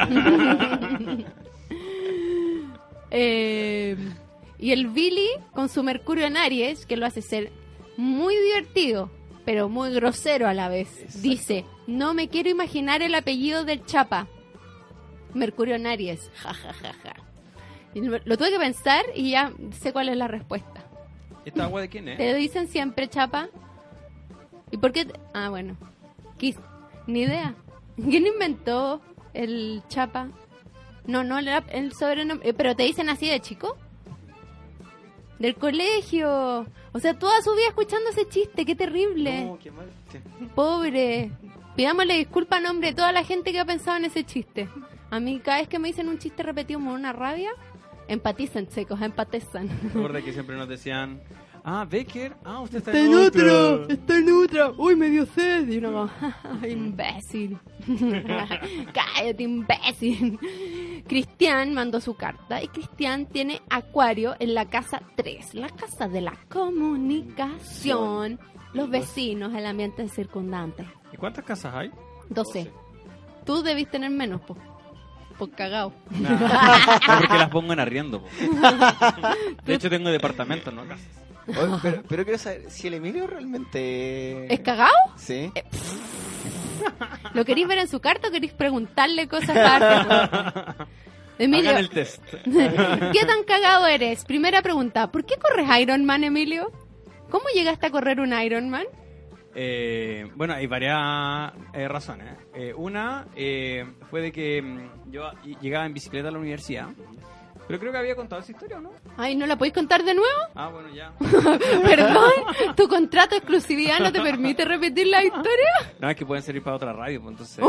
Eh, y el Billy con su Mercurio en Aries, que lo hace ser muy divertido, pero muy grosero a la vez. Exacto. Dice, no me quiero imaginar el apellido del Chapa. Mercurio en Aries. Ja, ja, ja, ja. Y lo lo tuve que pensar y ya sé cuál es la respuesta. ¿Esta agua de quién ¿Te es? lo dicen siempre, Chapa? ¿Y por qué? te- Ah, bueno. Quis- Ni idea. ¿Quién inventó el Chapa? No, no, el, el sobrenombre. eh, ¿Pero te dicen así de chico? Del colegio. O sea, toda su vida escuchando ese chiste. ¡Qué terrible! No, qué mal. Sí. Pobre. Pidámosle disculpa a nombre de toda la gente que ha pensado en ese chiste. A mí cada vez que me dicen un chiste repetido me da una rabia. Empatizan, secos, empatizan. Recuerda que siempre nos decían... Ah, Becker. Ah, usted está, Está en otro, está en otra. Uy, me dio sed. Y uno como, "Ja, imbécil. Cállate, imbécil. Cristian mandó su carta y Cristian tiene Acuario en la casa tres, la casa de la comunicación, los vecinos, el ambiente circundante. ¿Y cuántas casas hay? doce. Tú debís tener menos, po. Por cagao. No, porque las pongo en arriendo. Po. De hecho, tengo departamentos, no casas. Oye, pero, pero quiero saber si el Emilio realmente... ¿Es cagao? Sí. ¿Lo queréis ver en su carta o queréis preguntarle cosas aparte? Emilio, Hagan el test. ¿qué tan cagado eres? Primera pregunta, ¿por qué corres Iron Man, Emilio? ¿Cómo llegaste a correr un Ironman? Eh, bueno, hay varias eh, razones. Eh, una eh, fue de que mm, yo llegaba en bicicleta a la universidad. Pero creo que había contado esa historia, ¿o no? Ay, ¿no la podéis contar de nuevo? Ah, bueno, ya. Perdón, ¿tu contrato de exclusividad no te permite repetir la historia? No, es que pueden servir para otra radio, pues entonces...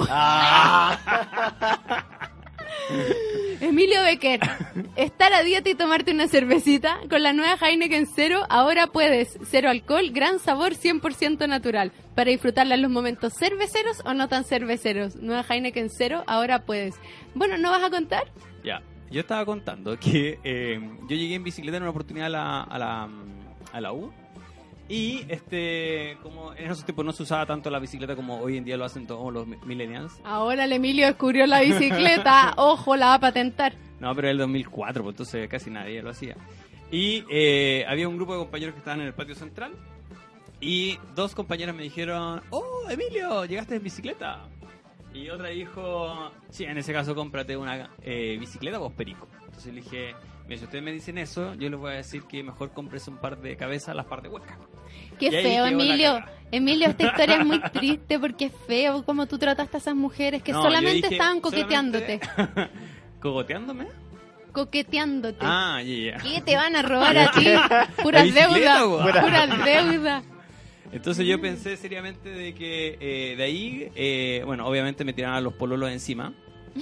Emilio Becker, estar a dieta y tomarte una cervecita con la nueva Heineken Cero, ahora puedes. Cero alcohol, gran sabor, cien por ciento natural. Para disfrutarla en los momentos cerveceros o no tan cerveceros. Nueva Heineken Cero, ahora puedes. Bueno, ¿no vas a contar? Ya, yo estaba contando que eh, yo llegué en bicicleta en una oportunidad a la, a la, a la U. Y este, como en esos tiempos no se usaba tanto la bicicleta como hoy en día lo hacen todos los millennials. Ahora el Emilio descubrió la bicicleta, ojo, la va a patentar. No, pero era el dos mil cuatro, pues entonces casi nadie lo hacía. Y eh, había un grupo de compañeros que estaban en el patio central. Y dos compañeras me dijeron, oh, Emilio, llegaste en bicicleta. Y otra dijo, sí, en ese caso cómprate una eh, bicicleta vos, perico. Entonces le dije, mira, si ustedes me dicen eso, yo les voy a decir que mejor compres un par de cabezas, las par de huecas. Qué Y ahí feo, quedó la Emilio. cagada. Emilio, esta historia es muy triste porque es feo como tú trataste a esas mujeres que No, solamente yo dije, estaban coqueteándote. solamente- ¿Cogoteándome? Coqueteándote. Ah, ya, ya. ¿Qué te van a robar a ti? Puras bicicleta, deudas. weón. Puras deudas. Entonces yo pensé seriamente de que eh, de ahí, eh, bueno, obviamente me tiraban los pololos encima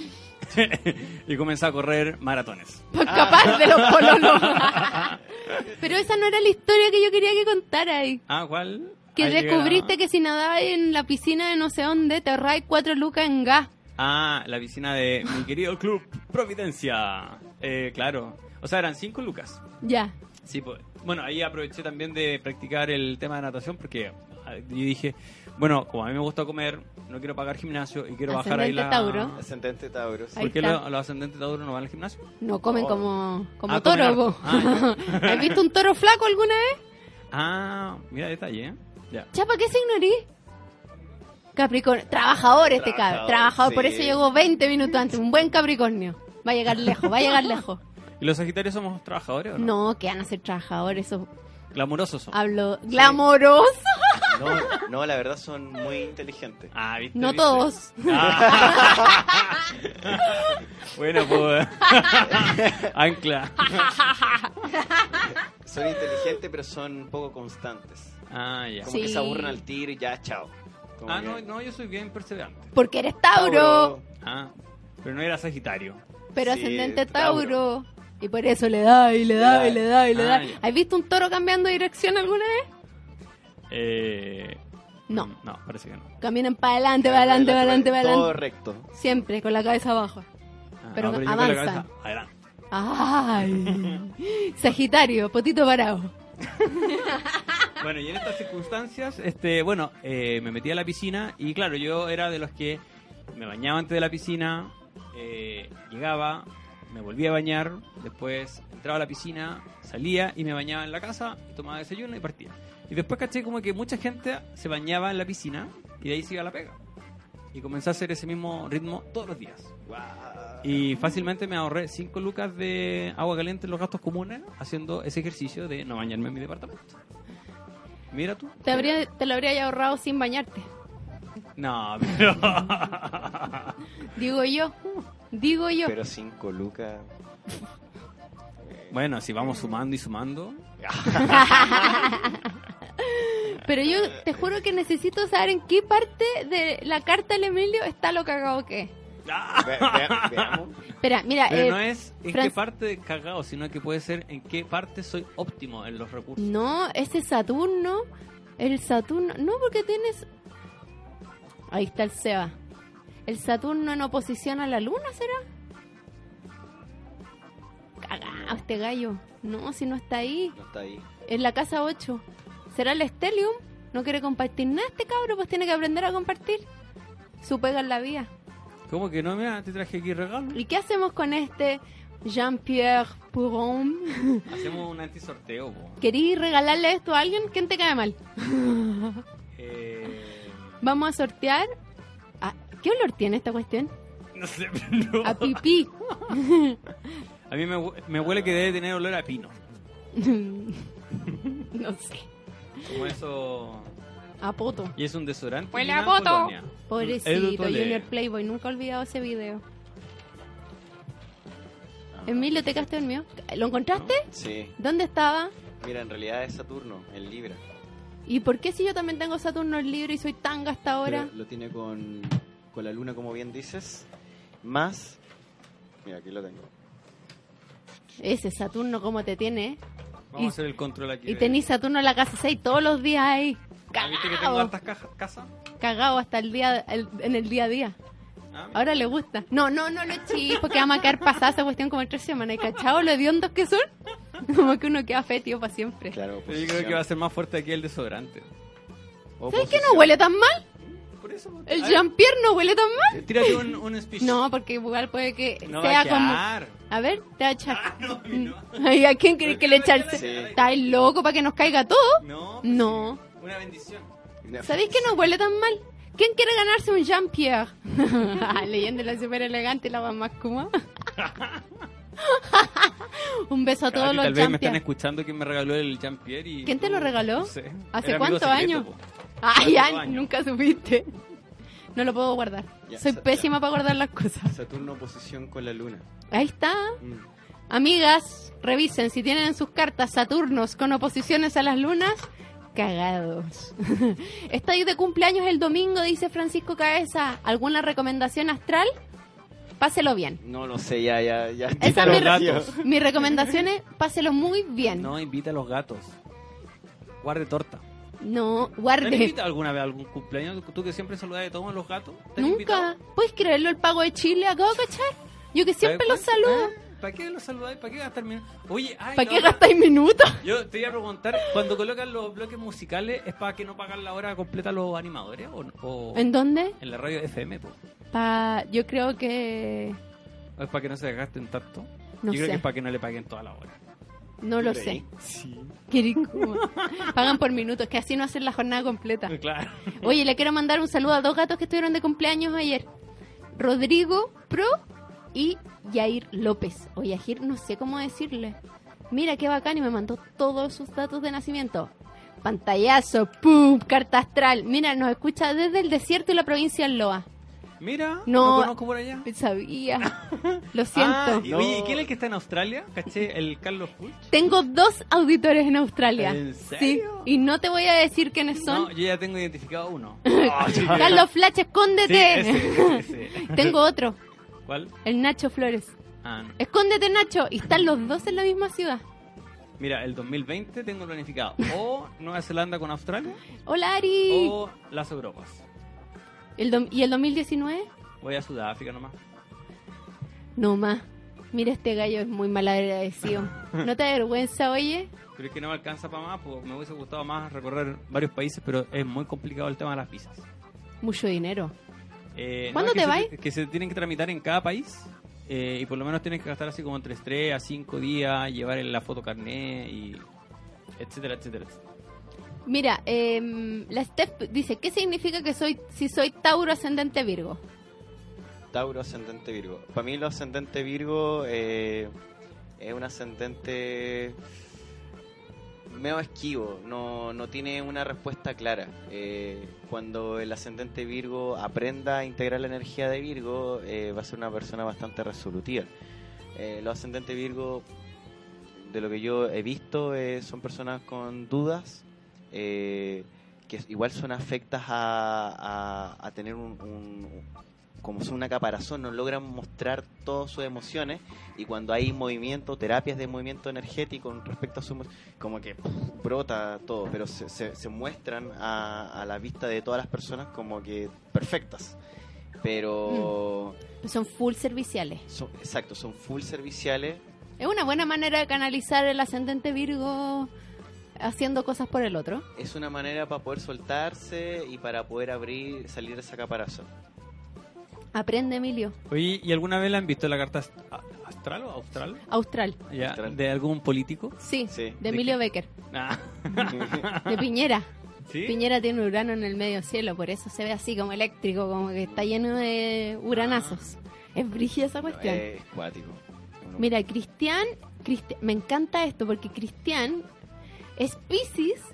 y comencé a correr maratones. Pues capaz de los pololos. Pero esa no era la historia que yo quería que contara ahí. Ah, ¿cuál? Que Ahí descubriste llega- que si nadabas en la piscina de no sé dónde, te ahorrabas cuatro lucas en gas. Ah, la piscina de mi querido club Providencia. Eh, claro. O sea, eran cinco lucas. Ya. Sí, pues. Bueno, ahí aproveché también de practicar el tema de natación porque ah, yo dije, bueno, como a mí me gusta comer, no quiero pagar gimnasio y quiero bajar ahí Ascendente la... Tauro. Ascendente Tauro. sí. Ahí ¿Por qué está. los, los ascendentes Tauro no van al gimnasio? No comen Oh. como, como Ah, comen toro, harto. po. Ah, ya. ¿Has visto un toro flaco alguna vez? Ah, mira detalle, ¿eh? Ya. Chapa, ¿qué signo eres? Capricornio. Trabajador este cabrón. Trabajador, Trabajador, por sí. eso llegó veinte minutos antes. Un buen Capricornio. Va a llegar lejos, va a llegar lejos. ¿Y los Sagitarios somos trabajadores o no? No, que van a ser trabajadores, eso Glamurosos son. hablo. Glamoroso. No, no, la verdad son muy inteligentes. Ah, ¿viste? No ¿Viste? todos. Ah. Bueno, pues... Ancla. Son inteligentes, pero son poco constantes. Ah, ya. Como Sí. que se aburren al tiro y ya, chao. Como Ah, que- no, no, yo soy bien perseverante. Porque eres Tauro. Ah, pero no era Sagitario. Pero Sí, ascendente Tauro. Tauro. Y por eso le da y le da y le da y le Ah, da. ya. ¿Has visto un toro cambiando de dirección alguna vez? Eh... No. No, parece que no. Caminan para adelante, para adelante, para adelante, para Todo adelante. recto. Siempre, con la cabeza abajo. Ah, Pero no, yo con la avanzan. cabeza adelante. Ay. Sagitario, potito parado. Bueno, y en estas circunstancias, este, bueno, eh, me metí a la piscina y claro, yo era de los que me bañaba antes de la piscina, eh, llegaba, me volvía a bañar, después entraba a la piscina, salía y me bañaba en la casa, tomaba desayuno y partía. Y después caché como que mucha gente se bañaba en la piscina y de ahí se iba a la pega. Y comencé a hacer ese mismo ritmo todos los días. Y fácilmente me ahorré cinco lucas de agua caliente en los gastos comunes haciendo ese ejercicio de no bañarme en mi departamento. Mira tú. Te, habría, te lo habría ahorrado sin bañarte. No, pero... Digo yo. Digo yo. Pero cinco lucas. Bueno, si vamos sumando y sumando... Pero yo te juro que necesito saber en qué parte de la carta del Emilio está lo cagado que es. Ve- ve- veamos. Espera, mira, Pero eh, no es en Fran- qué parte de cagado, sino que puede ser en qué parte soy óptimo en los recursos. no, ese Saturno, el Saturno, no porque tienes, ahí está el Seba, el Saturno en oposición a la Luna, ¿será? Cagado este gallo, no, si no está ahí, No está ahí. en la casa ocho, ¿será el Stellium? No quiere compartir nada este cabro, pues tiene que aprender a compartir, su pega en la vía. ¿Cómo que no? Mira, te traje aquí regalo. ¿Y qué hacemos con este Jean-Pierre Pouron? Hacemos un antisorteo, po. ¿Querís regalarle esto a alguien? ¿Quién te cae mal? Eh... Vamos a sortear. Ah, ¿qué olor tiene esta cuestión? No sé, pero... A pipí. A mí me, hu- me huele que debe tener olor a pino. No sé. Como eso... A poto. Y es un desodorante. Huele y a una poto. colonia. Pobrecito, Edu Toledo. Junior Playboy. Nunca he olvidado ese video. Ah, Emilio, ¿te quedaste dormido? ¿Lo encontraste? Sí. ¿Dónde estaba? Mira, en realidad es Saturno, en Libra. ¿Y por qué si yo también tengo Saturno en Libra y soy tan gastadora? Pero lo tiene con, con la luna, como bien dices. Más... Mira, aquí lo tengo. Ese Saturno, ¿cómo te tiene? eh? Vamos Y- a hacer el control aquí. Y de- tenís Saturno en la casa seis todos los días ahí. Ah, ¿viste que tengo Cagado. hartas cajas, casas? Cagado hasta el día, el- en el día a día. Ah, mira. Ahora le gusta. No, no, no lo chis, porque vamos a quedar pasada esa cuestión como en tres semanas. ¿Y cachado lo hediondos que son? Como que uno queda fétido para siempre. Claro, Pero yo creo que va a ser más fuerte aquí el desodorante. ¿Sabes que no huele tan mal? Por eso. El A ver, Jean-Pierre no huele tan mal. Tírate un, un speech. No, porque igual puede que No va sea a como... quedar. A ver, te va a echar. Ah, no, no. Ay, ¿a quién crees que le echarse? Sí. ¿Estás loco para que nos caiga todo? No. No. Una bendición. ¿Sabéis que no huele tan mal? ¿Quién quiere ganarse un Jean-Pierre? Leyéndola súper elegante, la más kuma. Un beso a todos Cati, los tal vez me están Jean-Pierre. escuchando quién me regaló el Jean-Pierre y... ¿Quién te lo regaló? No sé. ¿Hace Era amigo cuántos secreto, años? po. Ah, Hace ya, dos años. nunca supiste. No lo puedo guardar. Ya, Soy sa- pésima para guardar las cosas. Saturno oposición con la luna. Ahí está. Mm. Amigas, revisen si tienen en sus cartas Saturnos con oposiciones a las lunas. Cagados. Estoy de cumpleaños el domingo, dice Francisco Cabeza. ¿Alguna recomendación astral? Páselo bien. No lo sé, ya, ya, ya. Esa es mi, los re- gatos. mi recomendación es páselo muy bien. No, invita a los gatos. Guarde torta. No, ¿Te han guarde. invitado alguna vez a algún cumpleaños? ¿Tú que siempre saludas de todos los gatos? ¿Te han Nunca. invitado? ¿Puedes creerlo el pago de Chile? Acabo de cachar. Yo que siempre ¿Te los das cuenta? saludo. ¿Eh? ¿Para qué los saludáis? ¿Para qué gastar minutos? Oye, ay, ¿Para la qué otra- gastáis minutos? Yo te iba a preguntar, cuando colocan los bloques musicales, ¿es para que no pagan la hora completa los animadores? ¿O, o ¿En dónde? en la radio F M? Po? Pa... Yo creo que... ¿O es para que no se gasten tanto? No Yo creo sé. que es para que no le paguen toda la hora. No lo sé. Qué rico. Pagan por minutos, que así no hacen la jornada completa. Claro. Oye, le quiero mandar un saludo a dos gatos que estuvieron de cumpleaños ayer. Rodrigo Pro y Yair López. O Yair, no sé cómo decirle. Mira qué bacán y me mandó todos sus datos de nacimiento. Pantallazo, pum, carta astral. Mira, nos escucha desde el desierto y la provincia de Loa. Mira, No. no conozco por allá. Sabía. Lo siento. Ah, y, No. Oye, ¿y quién es el que está en Australia? ¿Caché? El Carlos Puch. Tengo dos auditores en Australia. ¿En Sí. serio? Y no te voy a decir quiénes son. No, yo ya tengo identificado uno. Carlos Flash, Sí, escóndete. ese, ese, ese. Tengo otro, ¿Cuál? el Nacho Flores. Ah, no. Escóndete, Nacho. Y están los dos en la misma ciudad. Mira, el dos mil veinte tengo planificado o Nueva Zelanda con Australia Hola, Ari. o las Europas. El do- ¿Y el dos mil diecinueve? Voy a Sudáfrica nomás. No más. Mira, este gallo es muy mal agradecido. ¿No te da vergüenza, oye? Pero es que no me alcanza para más, pues me hubiese gustado más recorrer varios países, pero es muy complicado el tema de las visas. Mucho dinero. Eh, ¿Cuándo es que te se- vas? Que se tienen que tramitar en cada país eh, y por lo menos tienes que gastar así como entre tres a cinco días, llevar la foto carné y etcétera, etcétera, etcétera. Mira, em, la Steph dice, ¿qué significa que soy si soy Tauro ascendente Virgo? Tauro ascendente Virgo. Para mí lo ascendente Virgo eh, es un ascendente medio esquivo, no, no tiene una respuesta clara. Eh, cuando el ascendente Virgo aprenda a integrar la energía de Virgo, eh, va a ser una persona bastante resolutiva. Eh, los ascendentes Virgo, de lo que yo he visto, eh, son personas con dudas, eh, que igual son afectas a, a, a tener un, un como son una caparazón, no logran mostrar todas sus emociones, y cuando hay movimiento, terapias de movimiento energético con respecto a su emo- como que pff, brota todo, pero se, se, se muestran a, a la vista de todas las personas como que perfectas, pero Pues son full serviciales. son, exacto, son full serviciales. Es una buena manera de canalizar el ascendente Virgo haciendo cosas por el otro. Es una manera para poder soltarse y para poder abrir, salir de esa caparazón. Aprende, Emilio. Oye, ¿y alguna vez la han visto la carta ast- a- astral o austral? Austral. Ya, Astral. ¿de algún político? Sí, Sí. de ¿De Emilio qué? Becker. Ah. De Piñera. ¿Sí? Piñera tiene Urano en el medio cielo, por eso se ve así como eléctrico, como que está lleno de uranazos. Es brígida esa cuestión. Es cuático. Uno- Mira, Cristian, Cristi- me encanta esto porque Cristian es Piscis,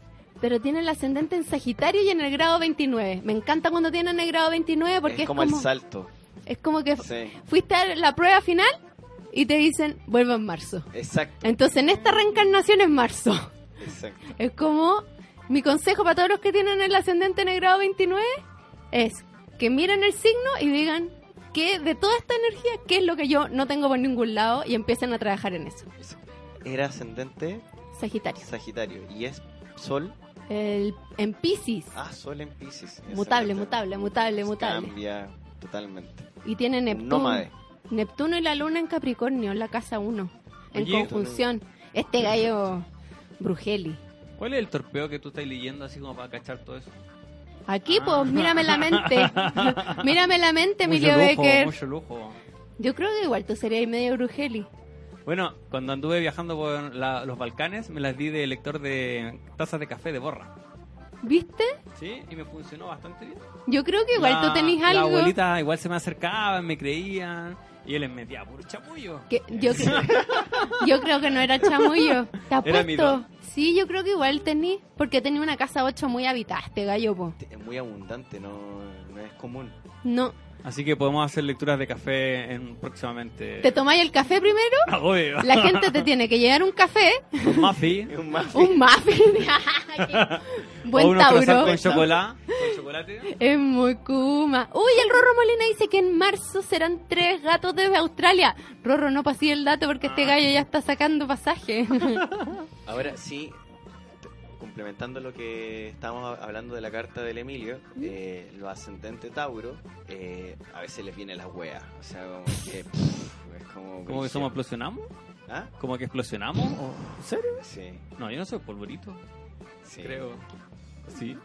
pero tiene el ascendente en Sagitario y en el grado veintinueve. Me encanta cuando tienen el grado veintinueve porque es, es como, como el salto. Es como que Sí. fuiste a la prueba final y te dicen, vuelve en marzo. Exacto. Entonces en esta reencarnación es marzo. Exacto. Es como, mi consejo para todos los que tienen el ascendente en el grado veintinueve es que miren el signo y digan que de toda esta energía, qué es lo que yo no tengo por ningún lado y empiecen a trabajar en eso. Era ascendente Sagitario. Sagitario. ¿Y es Sol? El, en Piscis. Ah, Sol en Piscis. Mutable, Excelente. mutable, mutable, mutable. Cambia totalmente. Y tiene Neptuno. Nómade. Neptuno y la luna en Capricornio, en la casa uno. En Oye, conjunción. Este gallo Brugeli. ¿Cuál es el torpeo que tú estás leyendo así como para cachar todo eso? Aquí, Ah. pues, mírame la mente. Mírame la mente, Mucho Emilio lujo, Becker. mucho lujo. Yo creo que igual tú serías medio Brugeli. Bueno, cuando anduve viajando por la- los Balcanes, me las di de lector de tazas de café de borra. ¿Viste? Sí, y me funcionó bastante bien. Yo creo que igual La- tú tenés La algo. abuelita igual se me acercaban, me creían, y yo les metía puro chamullo. Que yo, cre- yo creo que no era chamullo. ¿Te Era mi apuesto? don. Sí, yo creo que igual tení. Porque tenía una casa ocho muy habitada, este gallo, po. Es muy abundante, no, no es común. No. Así que podemos hacer lecturas de café en próximamente. ¿Te tomáis el café primero? Ah, obvio. La gente te tiene que llegar un café, Un muffin. Es un más. un muffin. Qué Buen o unos croissants Tauro. con chocolate. Con chocolate. Es muy kuma. Uy, el Rorro Molina dice que en marzo serán tres gatos desde Australia. Rorro, no pasé el dato porque este gallo ya está sacando pasaje. Ahora sí, t- complementando lo que estábamos hablando de la carta del Emilio, eh, los ascendentes Tauro, eh, a veces les viene la wea. O sea, como que. pff, es como. ¿Cómo que somos explosionamos? ¿Ah? ¿Cómo que explosionamos? ¿O- ¿En serio? Sí, No, yo no soy polvorito, sí. creo. Sí.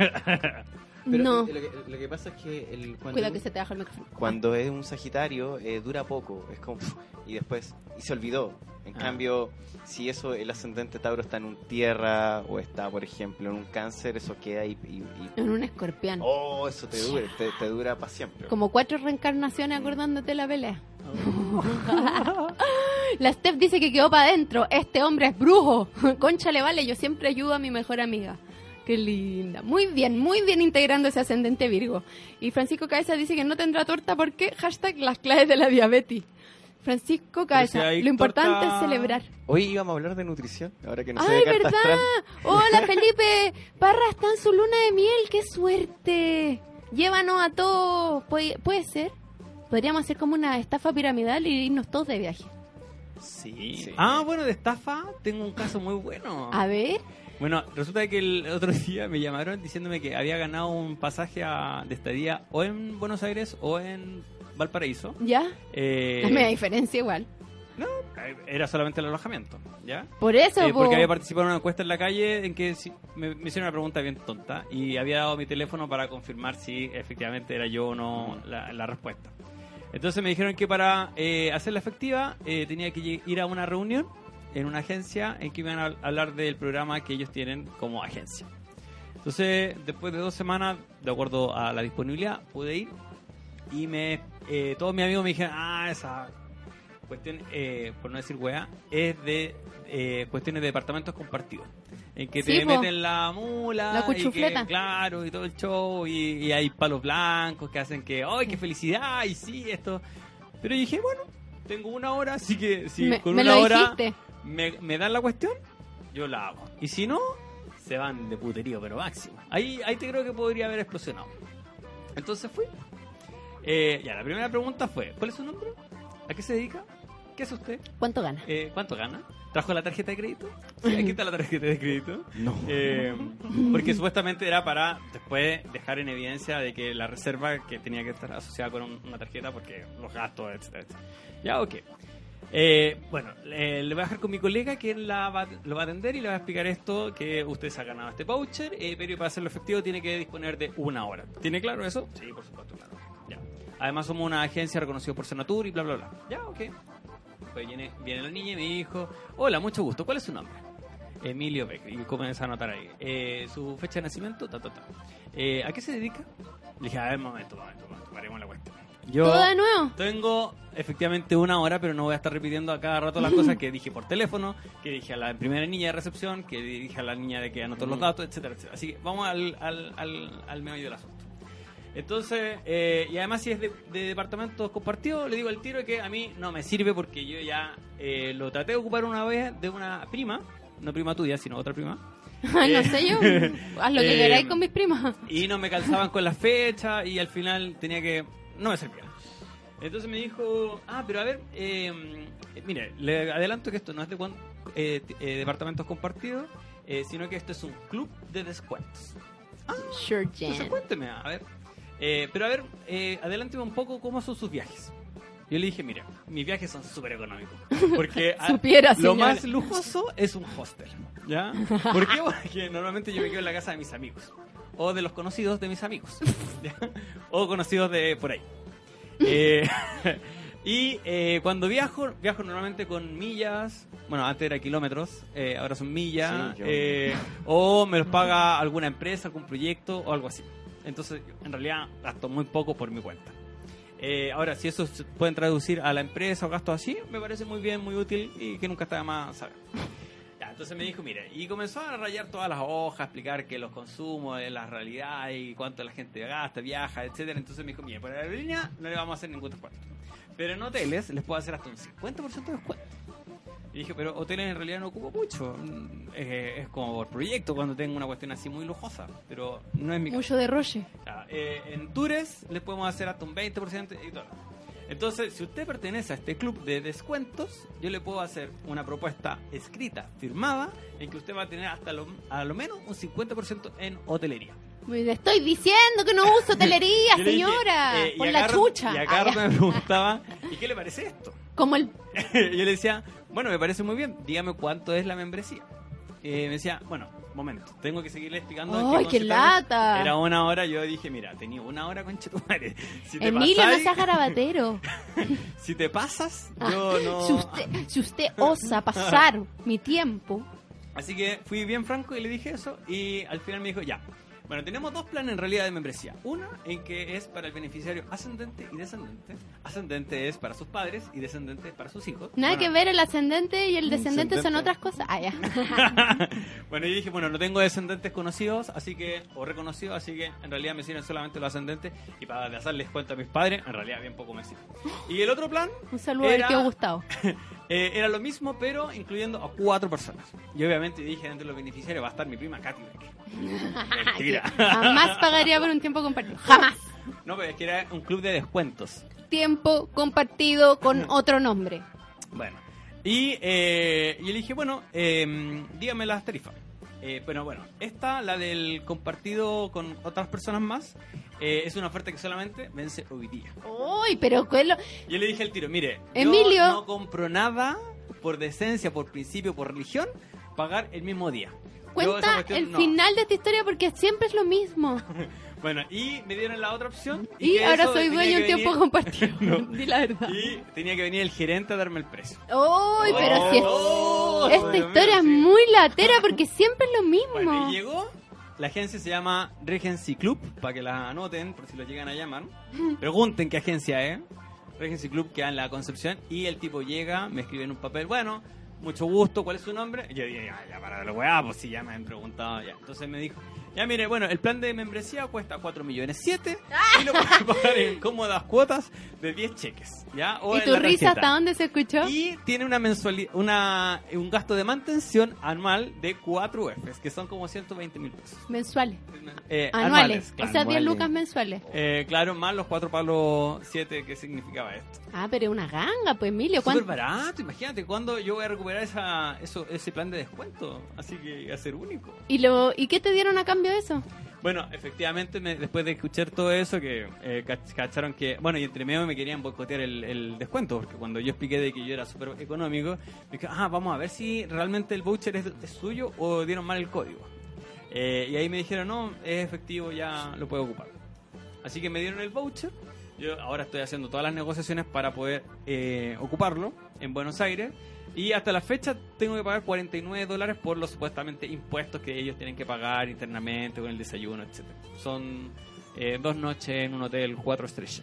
Pero No. Lo que, lo que pasa es que el, cuando, Cuidado que se te baja el micrófono. cuando es un Sagitario eh, dura poco, es como pff, y después y se olvidó. En Ah. cambio, si eso el ascendente Tauro está en un Tierra o está, por ejemplo, en un Cáncer, eso queda y, y- y- En un escorpión. oh, eso te dura, te, te dura para siempre. Como cuatro reencarnaciones acordándote la pelea. La Steph dice que quedó para adentro. Este hombre es brujo. Concha le vale, yo siempre ayudo a mi mejor amiga. Qué linda. Muy bien, muy bien integrando ese ascendente Virgo. Y Francisco Cabeza dice que no tendrá torta porque hashtag las claves de la diabetes. Francisco Cabeza, si hay lo importante torta- es celebrar. Hoy íbamos a hablar de nutrición, ahora que no se ¡Ay, ve carta verdad! astral. ¡Hola, Felipe! Parra está en su luna de miel. ¡Qué suerte! Llévanos a todos. ¿Puede, puede ser? Podríamos hacer como una estafa piramidal y irnos todos de viaje. Sí. Sí. Ah, bueno, de estafa tengo un caso muy bueno. A ver. Bueno, resulta que el otro día me llamaron diciéndome que había ganado un pasaje a- de estadía o en Buenos Aires o en Valparaíso. ¿Ya? Eh, La media diferencia igual. no, eh, era solamente el alojamiento, ¿ya? Por eso, Eh, po. porque había participado en una encuesta en la calle en que si- me, me hicieron una pregunta bien tonta y había dado mi teléfono para confirmar si efectivamente era yo o no la, la respuesta. Entonces me dijeron que para eh, hacerla efectiva eh, tenía que lle- ir a una reunión en una agencia en que iban a hablar del programa que ellos tienen como agencia. Entonces, después de dos semanas, de acuerdo a la disponibilidad, pude ir y me eh, todos mis amigos me dijeron, ah, esa cuestión, eh, por no decir weá, es de eh, cuestiones de departamentos compartidos. En que Sí, te po. meten la mula, La y cuchufleta. que, claro, y todo el show, y, y hay palos blancos que hacen que, ¡ay, qué felicidad! Y sí, esto. Pero yo dije, bueno, tengo una hora, así que si me con me una lo hora dijiste. me, me dan la cuestión, yo la hago. Y si no, se van de puterío, pero máximo. Ahí, ahí te creo que podría haber explosionado. Entonces fui. Eh, ya, la primera pregunta fue, ¿cuál es su nombre? ¿A qué se dedica? ¿Qué es usted? ¿Cuánto gana? Eh, ¿Cuánto gana? ¿Trajo la tarjeta de crédito? Sí, aquí está la tarjeta de crédito. No. Eh, porque supuestamente era para después dejar en evidencia de que la reserva que tenía que estar asociada con un- una tarjeta porque los gastos, etcétera, etcétera. Ya, ok. Eh, bueno, eh, le voy a dejar con mi colega que él la va, lo va a atender y le va a explicar esto, que usted se ha ganado este voucher, eh, pero para hacerlo efectivo tiene que disponer de una hora. ¿Tiene claro eso? Sí, por supuesto, claro. Ya. Además somos una agencia reconocida por Senatur y bla, bla, bla. Ya, ok. Pues viene, viene la niña y me dijo, hola, mucho gusto, ¿cuál es su nombre? Emilio Becker. Y comienza a anotar ahí. Eh, su fecha de nacimiento, ta, ta, ta. Eh, ¿A qué se dedica? Le dije, a ver, momento, momento, momento, paremos la cuestión. Yo ¿Todo de nuevo? Tengo efectivamente una hora, pero no voy a estar repitiendo a cada rato las cosas que dije por teléfono, que dije a la primera niña de recepción, que dije a la niña de que anotó los datos, etcétera, etcétera. Así que vamos al, al, al, al meollo del asunto. Entonces, eh, y además si es de, de departamentos compartidos, le digo al tiro que a mí no me sirve porque yo ya eh, lo traté de ocupar una vez de una prima, no prima tuya, sino otra prima. Ay, no Eh, sé yo. Haz lo que eh, queráis con mis primas. Y no me calzaban con las fechas y al final tenía que... no me servía. Entonces me dijo, ah, pero a ver, eh, mire, le adelanto que esto no es de cuan- eh, eh, departamentos compartidos, eh, sino que esto es un club de descuentos. Ah, Sure, entonces Jen. cuénteme, a ver. Eh, pero a ver, eh, adelánteme un poco cómo son sus viajes. Yo le dije, mira, mis viajes son súper económicos. Porque a- Supiera, lo señor. más lujoso es un hostel. ¿Ya? ¿Por qué? Porque normalmente yo me quedo en la casa de mis amigos. O de los conocidos de mis amigos. ¿Ya? O conocidos de por ahí. Eh, y eh, cuando viajo, viajo normalmente con millas. Bueno, antes era kilómetros, eh, ahora son millas. Sí, yo- eh, o me los paga alguna empresa, algún proyecto o algo así. Entonces, en realidad, gasto muy poco por mi cuenta. Eh, ahora, si eso se pueden traducir a la empresa o gastos así, me parece muy bien, muy útil y que nunca está de más saber. Ya, entonces me dijo, mire, y comenzó a rayar todas las hojas, a explicar que los consumos, eh, la realidad y cuánto la gente gasta, viaja, etcétera. Entonces me dijo, mire, por la aerolínea no le vamos a hacer ningún descuento. Pero en hoteles les puedo hacer hasta un cincuenta por ciento de descuento. Y dije, pero hoteles en realidad no ocupo mucho. Mm, eh, es como por proyecto cuando tengo una cuestión así muy lujosa. Pero no es mi caso. Mucho de roche. Ya, eh, en tours les podemos hacer hasta un veinte por ciento y todo. Entonces, si usted pertenece a este club de descuentos, yo le puedo hacer una propuesta escrita, firmada, en que usted va a tener hasta lo, a lo menos un cincuenta por ciento en hotelería. Le estoy diciendo que no uso hotelería, Yo le dije, señora. eh, y por a la Carlos- chucha. Y a Ah, Carlos ya. me preguntaba, ¿y qué le parece esto? Como el... Yo le decía, bueno, me parece muy bien, dígame cuánto es la membresía. Eh, me decía, bueno, momento, tengo que seguirle explicando. en ¡Ay, qué concepto lata! Era una hora, yo dije, mira, tenía una hora, conchetumare. Si te Emilio, no pasáis- seas garabatero. Si te pasas, yo no... Si usted, si usted osa pasar mi tiempo... Así que fui bien franco y le dije eso y al final me dijo, ya. Bueno, tenemos dos planes en realidad de membresía. Una en que es para el beneficiario ascendente y descendente. Ascendente es para sus padres y descendente es para sus hijos. Nada Bueno, que ver, el ascendente y el descendente son Ascendente. otras cosas. Ah, ya. bueno, yo dije, bueno, no tengo descendentes conocidos, así que, o reconocidos, así que en realidad me sirven solamente los ascendentes y para hacerles cuenta a mis padres, en realidad bien poco me sirve. Y el otro plan Un saludo Era- al tío Gustavo. eh, era lo mismo, pero incluyendo a cuatro personas. Y obviamente dije, entre los beneficiarios va a estar mi prima Katy Becker. Mentira. Jamás pagaría por un tiempo compartido. Jamás. No, pero es que era un club de descuentos. Tiempo compartido con otro nombre. Bueno, y eh, yo le dije, bueno, eh, dígame las tarifas. Eh, bueno, bueno, esta, la del compartido con otras personas más, eh, es una oferta que solamente vence hoy día. Uy, pero ¿cuál lo- Yo le dije al tiro, mire, Emilio. yo no compro nada por decencia, por principio, por religión, pagar el mismo día. Yo esa cuenta cuestión el no. final de esta historia porque siempre es lo mismo? Bueno, y me dieron la otra opción. Y que ahora eso soy tenía dueño que un tiempo venir- compartido. No. Di la verdad. Y tenía que venir el gerente a darme el precio. Uy, pero si es- Oh, esta Dios historia mío, es sí. muy latera porque siempre es lo mismo. Bueno, y llegó, la agencia se llama Regency Club, para que la anoten, por si lo llegan a llamar. Pregunten qué agencia es. Regency Club queda en la Concepción, y el tipo llega, me escribe en un papel, bueno, mucho gusto, ¿cuál es su nombre? Y yo dije, ya, ya, para la weá, pues si ya me han preguntado, ya. Entonces me dijo, ya mire, bueno, el plan de membresía cuesta cuatro millones siete y lo puede pagar en cómodas cuotas de diez cheques, ¿ya? O ¿Y en tu la risa tarjeta. hasta dónde se escuchó? Y tiene una mensualidad, una, un gasto de mantención anual de cuatro U Fs, que son como ciento veinte mil pesos. Mensuales. Eh, Anuales. claro. O sea, diez anuales. lucas mensuales. Eh, claro, más los cuatro palos siete que significaba esto. Ah, pero es una ganga, pues Emilio. Súper ¿cuánto? barato, imagínate, ¿cuándo yo voy a recuperar esa, eso, ese plan de descuento? Así que va a ser único. ¿Y, lo, ¿Y qué te dieron a cambio de eso? Bueno, efectivamente, me- después de escuchar todo eso, que eh, cach- cacharon que, bueno, y entre medio me querían boicotear el, el descuento, porque cuando yo expliqué de que yo era súper económico, me dijeron, ah, vamos a ver si realmente el voucher es, es suyo o dieron mal el código. Eh, y ahí me dijeron, no, es efectivo, ya lo puedo ocupar. Así que me dieron el voucher. Yo ahora estoy haciendo todas las negociaciones para poder eh, ocuparlo en Buenos Aires. Y hasta la fecha tengo que pagar cuarenta y nueve dólares por los supuestamente impuestos que ellos tienen que pagar internamente con el desayuno, etcétera. Son eh, dos noches en un hotel cuatro estrellas.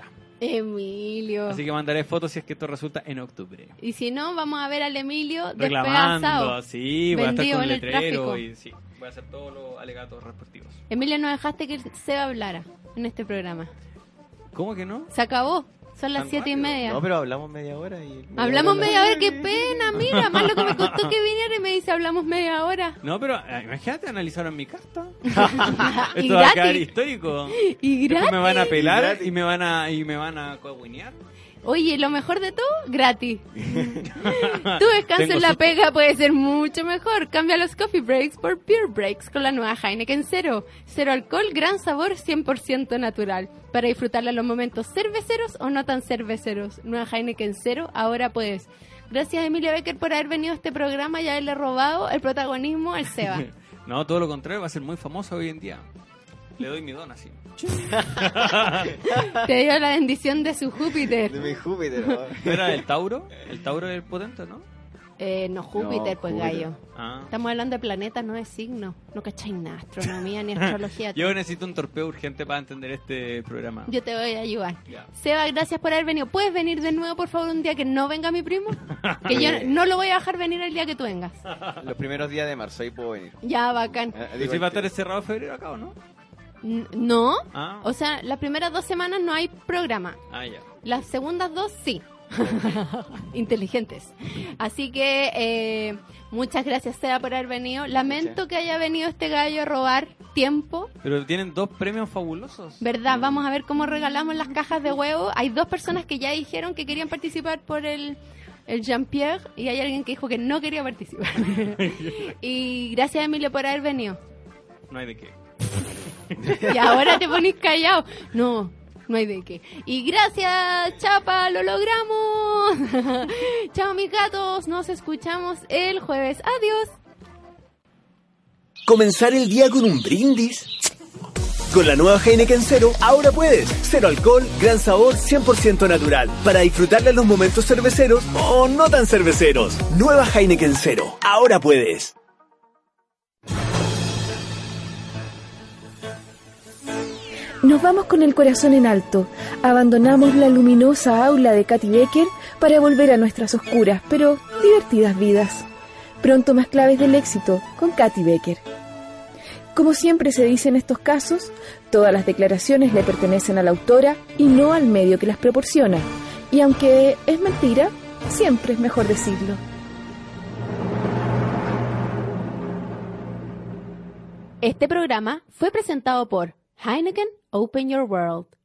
Emilio. Así que mandaré fotos si es que esto resulta en octubre. Y si no, vamos a ver al Emilio Reclamando, despedazado. sí, voy a estar vendido con en el letrero tráfico. y sí, voy a hacer todos los alegatos respectivos. Emilio, no dejaste que Seba hablara en este programa. ¿Cómo que no? Se acabó. Son las ¿Tan siete y rápido? media. No, pero hablamos media hora y... Hablamos media hora, qué pena, mira, más lo que me costó que viniera y me dice hablamos media hora. No, pero eh, imagínate, analizaron mi carta. Y Esto va a quedar gratis. histórico. Y Después me van a gratis. pelar Gratis. y me van a y me van a coaguinear. Oye, lo mejor de todo, gratis. Tu descanso Tengo en la susto. pega puede ser mucho mejor. Cambia los coffee breaks por beer breaks con la nueva Heineken Cero. Cero alcohol, gran sabor, cien por ciento natural. Para disfrutarla en los momentos cerveceros o no tan cerveceros. Nueva Heineken Cero, ahora puedes. Gracias, Emilia Becker, por haber venido a este programa y haberle robado el protagonismo al Seba. No, todo lo contrario, va a ser muy famoso hoy en día. Le doy mi don así. Te dio la bendición de su Júpiter. De mi Júpiter, ¿no? ¿No era el Tauro? El Tauro es el potente, ¿no? Eh, no, Júpiter, No, pues Júpiter. gallo. Ah. Estamos hablando de planetas, no de signos. No cacháis nada, astronomía ni astrología. Yo necesito un torpeo urgente para entender este programa. Yo te voy a ayudar. Ya. Seba, gracias por haber venido. ¿Puedes venir de nuevo, por favor, un día que no venga mi primo? Que yo no lo voy a dejar venir el día que tú vengas. Los primeros días de marzo, ahí puedo venir. Ya, bacán. Eh, ¿Y digo, si va a el- estar cerrado febrero acá o no? N- No. Ah. O sea, las primeras dos semanas no hay programa. Ah, ya. Las segundas dos, sí. Inteligentes. Así que eh, muchas gracias, Seba, por haber venido. Lamento Muchas. que haya venido este gallo a robar tiempo. Pero tienen dos premios fabulosos. ¿Verdad? Vamos a ver cómo regalamos las cajas de huevo. Hay dos personas que ya dijeron que querían participar por el, el Jean-Pierre y hay alguien que dijo que no quería participar. Y gracias, Emilio, por haber venido. No hay de qué. Y ahora te ponís callado. No, no hay de qué. Y gracias, Chapa, lo logramos. Chao, mis gatos. Nos escuchamos el jueves. Adiós. ¿Comenzar el día con un brindis? Con la nueva Heineken Cero, ahora puedes. Cero alcohol, gran sabor, cien por ciento natural. Para disfrutarla en los momentos cerveceros o no tan cerveceros. Nueva Heineken Cero, ahora puedes. Nos vamos con el corazón en alto. Abandonamos la luminosa aula de Katy Becker para volver a nuestras oscuras, pero divertidas vidas. Pronto más claves del éxito con Katy Becker. Como siempre se dice en estos casos, todas las declaraciones le pertenecen a la autora y no al medio que las proporciona. Y aunque es mentira, siempre es mejor decirlo. Este programa fue presentado por Heineken Open Your World.